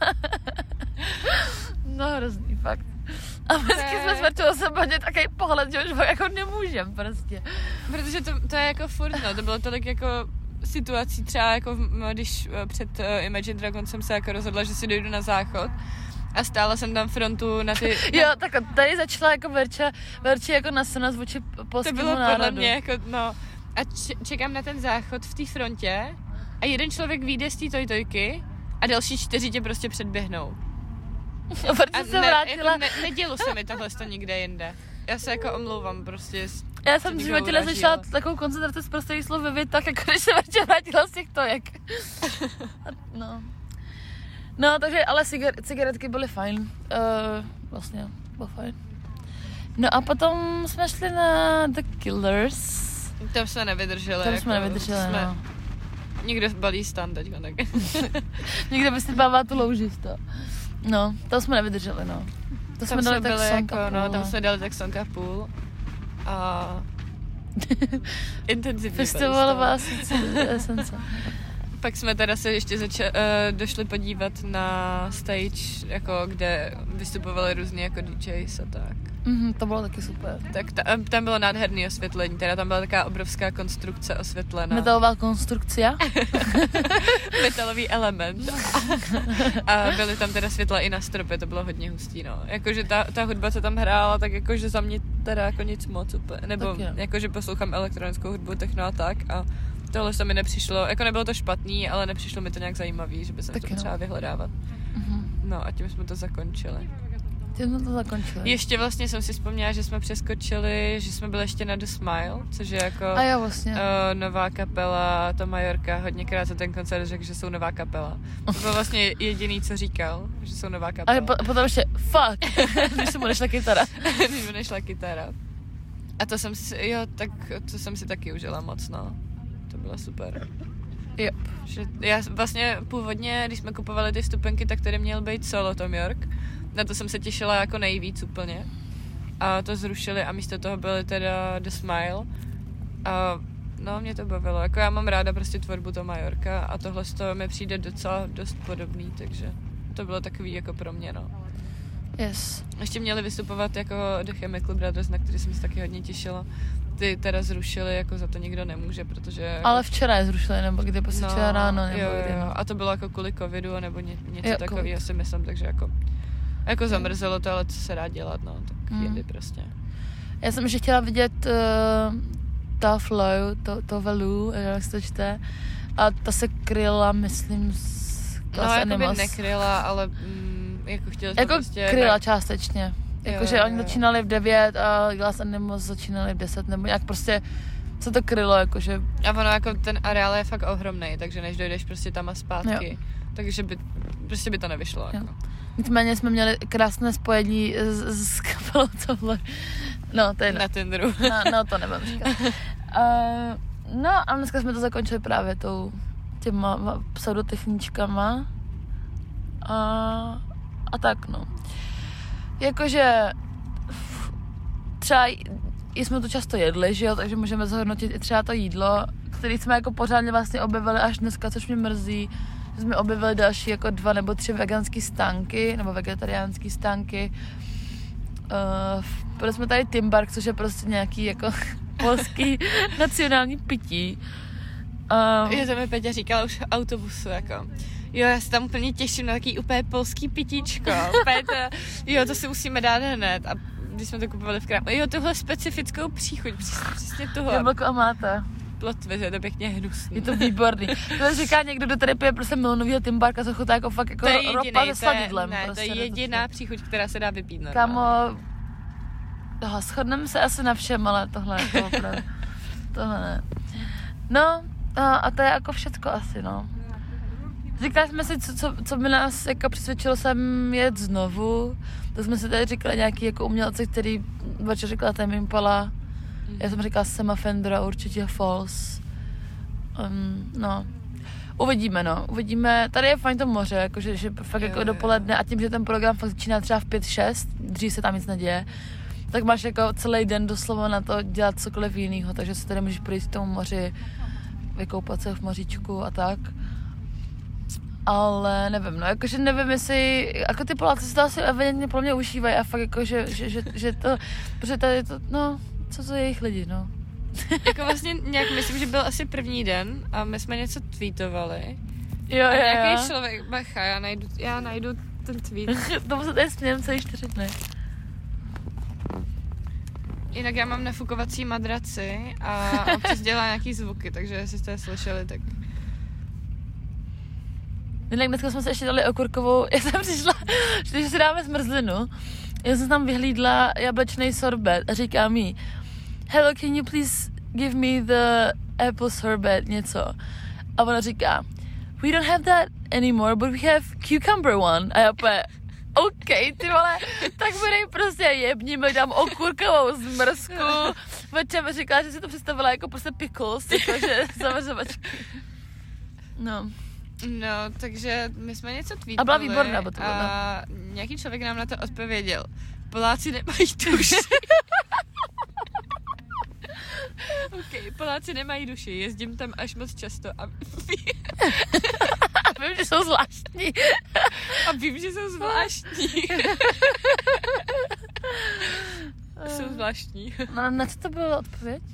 No hrozný, fakt. A vždycky jsme s Verčou sobě takový pohled, že už ho jako nemůžem prostě. Protože to je jako furt, no, to bylo tolik jako situací třeba jako když před Imagine Dragons jsem se jako rozhodla, že si dojdu na záchod a stála jsem tam frontu na ty... Jo, tak tady začala jako Verče jako nasunat vůči polskému národu. To bylo podle mě jako, no, a čekám na ten záchod v té frontě a jeden člověk vyjde z té tojtojky a další 4 tě prostě předběhnou. A se vrátila. Nedělo se mi tohle nikde jinde. Já se jako omlouvám prostě. Já jsem v životě nezašla takovou koncentraci z prostých slov ve větách, jako když se Verče vrátila z těch tojek. No, takže ale cigaretky byly fajn. Vlastně, bylo fajn. No a potom jsme šli na The Killers. Tam jsme nevydrželi. Tam jsme nevydrželi, no. Někdo balí stan teďko, tak. Někdo by si bavila tu louži z toho. No, tam jsme nevydrželi, no. To jsme dali tak sonka jako, no, tam jsme dali tak sonka půl. A intenzivně. Festivalová esence. Pak jsme teda se ještě došli podívat na stage, jako, kde vystupovali různý jako DJs a tak. To bylo taky super. Tak tam bylo nádherné osvětlení, teda tam byla taková obrovská konstrukce osvětlená. Metalová konstrukce? Metalový element. A byly tam teda světla i na stropě, to bylo hodně hustý, no. Jakože ta hudba, co tam hrála, tak jakože za mě teda jako nic moc úplně. Nebo jakože poslouchám elektronickou hudbu, techno a tak a tohle se mi nepřišlo, jako nebylo to špatný, ale nepřišlo mi to nějak zajímavý, že by se to potřeba vyhledávat. No a tím jsme to zakončili. Ještě vlastně jsem si vzpomněla, že jsme přeskočili, že jsme byli ještě na The Smile, což je jako vlastně. Nová kapela, to Majorka hodněkrát za ten koncert řekl, že jsou nová kapela. To bylo vlastně jediný, co říkal, že jsou nová kapela. A potom ještě fuck, když se mu nešla kytara. Když mu nešla kytara. A to jsem si taky užila moc, no. To bylo super. Yep. Že já vlastně původně, když jsme kupovali ty vstupenky, tak tady měl být solo Tom York. Na to jsem se těšila jako nejvíc úplně. A to zrušili a místo toho byly teda The Smile. A no, mě to bavilo. Jako já mám ráda prostě tvorbu Toma Yorka a tohle z toho mi přijde docela dost podobný, takže to bylo takový jako pro mě, no. Yes. Ještě měli vystupovat jako The Chemical Brothers, na který jsem se taky hodně těšila. Ty teda zrušili, jako za to nikdo nemůže, protože... Ale včera je zrušili, nebo kdy prostě včera ráno, nebo kdy. Jo. A to bylo jako kvůli covidu, nebo něco takového si myslím, takže jako zamrzelo to, ale co se dá dělat, no, tak jedy prostě. Já jsem ještě chtěla vidět Tough Low, to Velu, jak se to čte, a ta se kryla, myslím, z No, jako by nekryla, ale jako chtěla jsem jako prostě... kryla částečně. Jakože oni začínali v 9 a Glass Animals začínali v 10, nebo nějak prostě co to krylo, jakože... A ono jako ten areál je fakt ohromnej, takže než dojdeš prostě tam a zpátky, takže by to nevyšlo. Jako. Nicméně jsme měli krásné spojení s kapelou tohle. No, to je na Tinderu. No, to nebudem říkat. No a dneska jsme to zakončili právě těma pseudotechničkama a tak, no. Jakože třeba jsme to často jedli, že jo, takže můžeme zhodnotit i třeba to jídlo, které jsme jako pořádně vlastně objevili až dneska, což mě mrzí, že jsme objevili další jako 2 nebo 3 veganský stánky, nebo vegetariánský stánky. Byli jsme tady Timbark, což je prostě nějaký jako polský nacionální pití. To mi Peťa říkala už v autobusu, jako. Jo, já se tam úplně těším na taký úplně polský pitíčko. To si musíme dát hned. A když jsme to kupovali v krámu. Jo, tohle specifickou příchuť, přesně tohle. Jablko a máta. Plotve, je to pěkně hnusný. Je to výborný. To říká někdo, kdo tady pije prostě milonovýho Timbarka, co chutá jako fakt jako ropa se sladidlem. To je jediná příchuť, která se dá vypít. Kámo, shodneme se asi na všem, ale tohle jako opravdu. Tohle ne. No, a to je jako všecko asi, no. Říkali jsme si, co by nás jako přesvědčilo sem jet znovu. To jsme si tady říkali nějaký jako umělce, který večer říkala Tame Impala. Já jsem říkala Sama Fendera, určitě Falls. No. Uvidíme. Tady je fajn to moře, jakože že fakt jako dopoledne a tím, že ten program fakt začíná třeba v 5-6, dřív se tam nic neděje, tak máš jako celý den doslova na to dělat cokoliv jinýho, takže se tady můžeš projít k tomu moři, vykoupat se v moříčku a tak. Ale nevím, no, jakože nevím, jestli, jako ty Poláci se to asi evidentně pro mě užívají a fakt jako, že to, protože tady je to, no, co to je jejich lidi, no. Jako vlastně nějak, myslím, že byl asi první den a my jsme něco tweetovali. Jo. A nějaký člověk, bacha, já najdu ten tweet. Tomu se tady smějem celý 4 dny. Jinak já mám nafukovací madraci a občas dělá nějaký zvuky, takže jestli jste je slyšeli, tak... Jinak dneska jsme se ještě dali okurkovou, já jsem přišla, že když si dáme zmrzlinu, já jsem tam vyhlídla jablečný sorbet a říká mi, hello, can you please give me the apple sorbet, něco. A ona říká, we don't have that anymore, but we have cucumber one. A já úplně, OK, ty vole, tak mi dej prostě jebni, mi dám okurkovou zmrzku. Večer mi říkala, že si to představila jako prostě pickles, jakože zavařovačky. No, takže my jsme něco tweetali. A byla výborná, bo to bylo. A nějaký člověk nám na to odpověděl. Poláci nemají duši. OK, Poláci nemají duši, jezdím tam až moc často a vím, že jsou zvláštní. A vím, že jsou zvláštní. Jsou zvláštní. No, na co to bylo odpověď?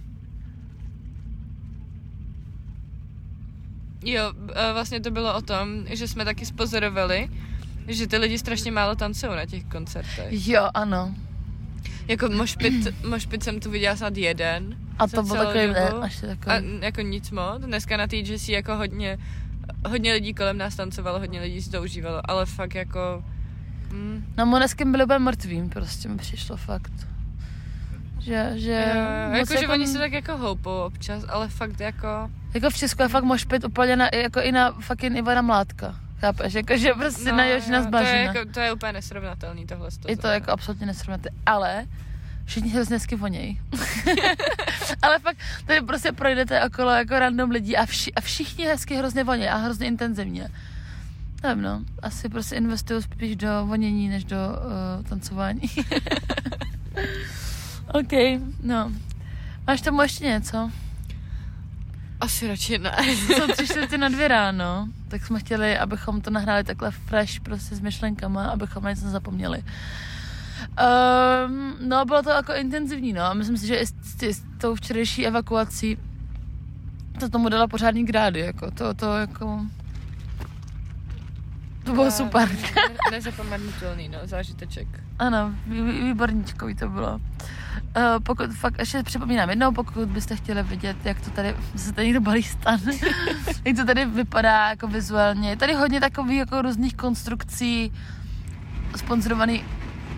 Jo, vlastně to bylo o tom, že jsme taky spozorovali, že ty lidi strašně málo tancují na těch koncertech. Jo, ano. Jako mošpit jsem tu viděla snad jeden. A to bylo takový, až takový. A jako nic moc. Dneska na TGC jako hodně lidí kolem nás tancovalo, hodně lidí si to užívalo, ale fakt jako... No Måneskin byli úplně mrtvým, prostě mi přišlo fakt. Že oni se tak jako houpou občas, ale fakt jako... Jako v Česku je fakt mošpit úplně jako i na fucking Ivana Mládka. Chápeš? Jako, že prostě na Jožina Zbažina. To je úplně nesrovnatelný tohle. Je to jako absolutně nesrovnatelný, ale všichni hrozně hezky vonějí. Ale fakt, tady prostě projdete okolo jako random lidí a všichni hezky hrozně vonějí a hrozně intenzivně. Nevím, no. Asi prostě investuju spíš do vonění, než do tancování. OK, no. Máš tomu ještě něco? Asi radši ne. Jsou 3:45 ráno, tak jsme chtěli, abychom to nahráli takhle fresh, prostě s myšlenkama, abychom na nic nezapomněli. No, bylo to jako intenzivní, no, a myslím si, že i s tou včerejší evakuací to tomu dala pořádný grády, jako, to jako... To bylo super. Nezapomenutelný, no, zážiteček. Ano, výborníčkový to bylo. Pokud fakt, ještě připomínám jednou, pokud byste chtěli vidět, jak to tady, se tady někdo balí stan, jak to tady vypadá jako vizuálně. Je tady hodně takových jako různých konstrukcí sponzorovaný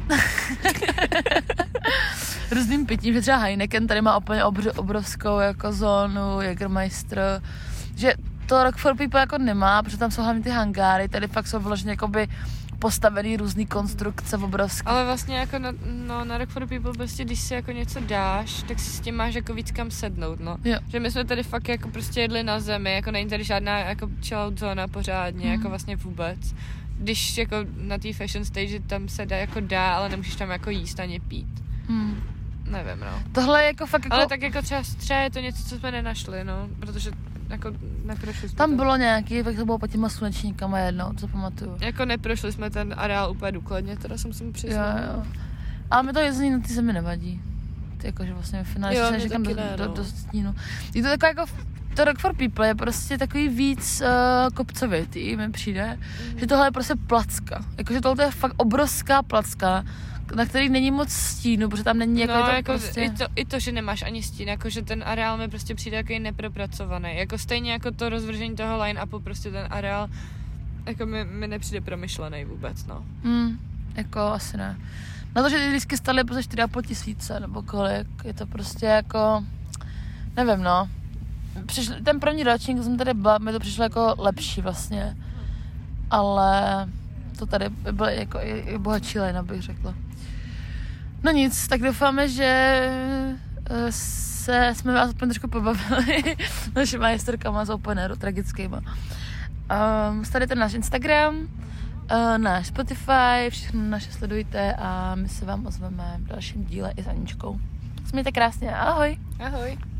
různým pitím, že třeba Heineken tady má úplně obrovskou jako zónu, Jägermeister, že to Rock for People jako nemá, protože tam jsou hlavně ty hangáry, tady fakt jsou vložně jakoby postavený různý konstrukce obrovské. Ale vlastně jako na Rock for People prostě, když si jako něco dáš, tak si s tím máš jako víc kam sednout, no. Jo. Že my jsme tady fakt jako prostě jedli na zemi, jako není tady žádná jako chillout zóna pořádně, jako vlastně vůbec. Když jako na té fashion stage tam se dá, ale nemůžeš tam jako jíst ani pít. Nevím, no. Tohle je jako fakt jako... Ale tak jako třeba je to něco, co jsme nenašli, no, protože jako neprošli jsme tam bylo nějaký, tak to bylo pod těma slunečníkama jednou, co pamatuju. Jako neprošli jsme ten areál úplně důkladně, teda jsem si mu přiznala. Jo. Ale mi to jezení na ty zemi nevadí. Jakože vlastně v finále se říkám do stínu. Je to taková jako, to Rock for People je prostě takový víc kopcovitý, mi přijde, že tohle je prostě placka. Jakože tohle je fakt obrovská placka, na který není moc stínu, protože tam není jako, jako prostě... i to, že nemáš ani stín, jakože ten areál mi prostě přijde takový nepropracovaný. Jako stejně jako to rozvržení toho line-upu, prostě ten areál jako mi nepřijde promyšlený vůbec, no. Jako asi ne. Na to, že ty lístky staly po 4,5 tisíce, nebo kolik, je to prostě jako, nevím, no. Ten první ročník jsem tady byla, mi to přišlo jako lepší vlastně, ale to tady bylo jako i bohatší line, bych řekla. No nic, tak doufáme, že jsme vás aspoň trošku pobavili našima historkama z Open Airu, tragickýma. Sledujte náš Instagram, náš Spotify, všechno naše sledujte a my se vám ozveme v dalším díle i s Aničkou. Mějte krásně, ahoj! Ahoj!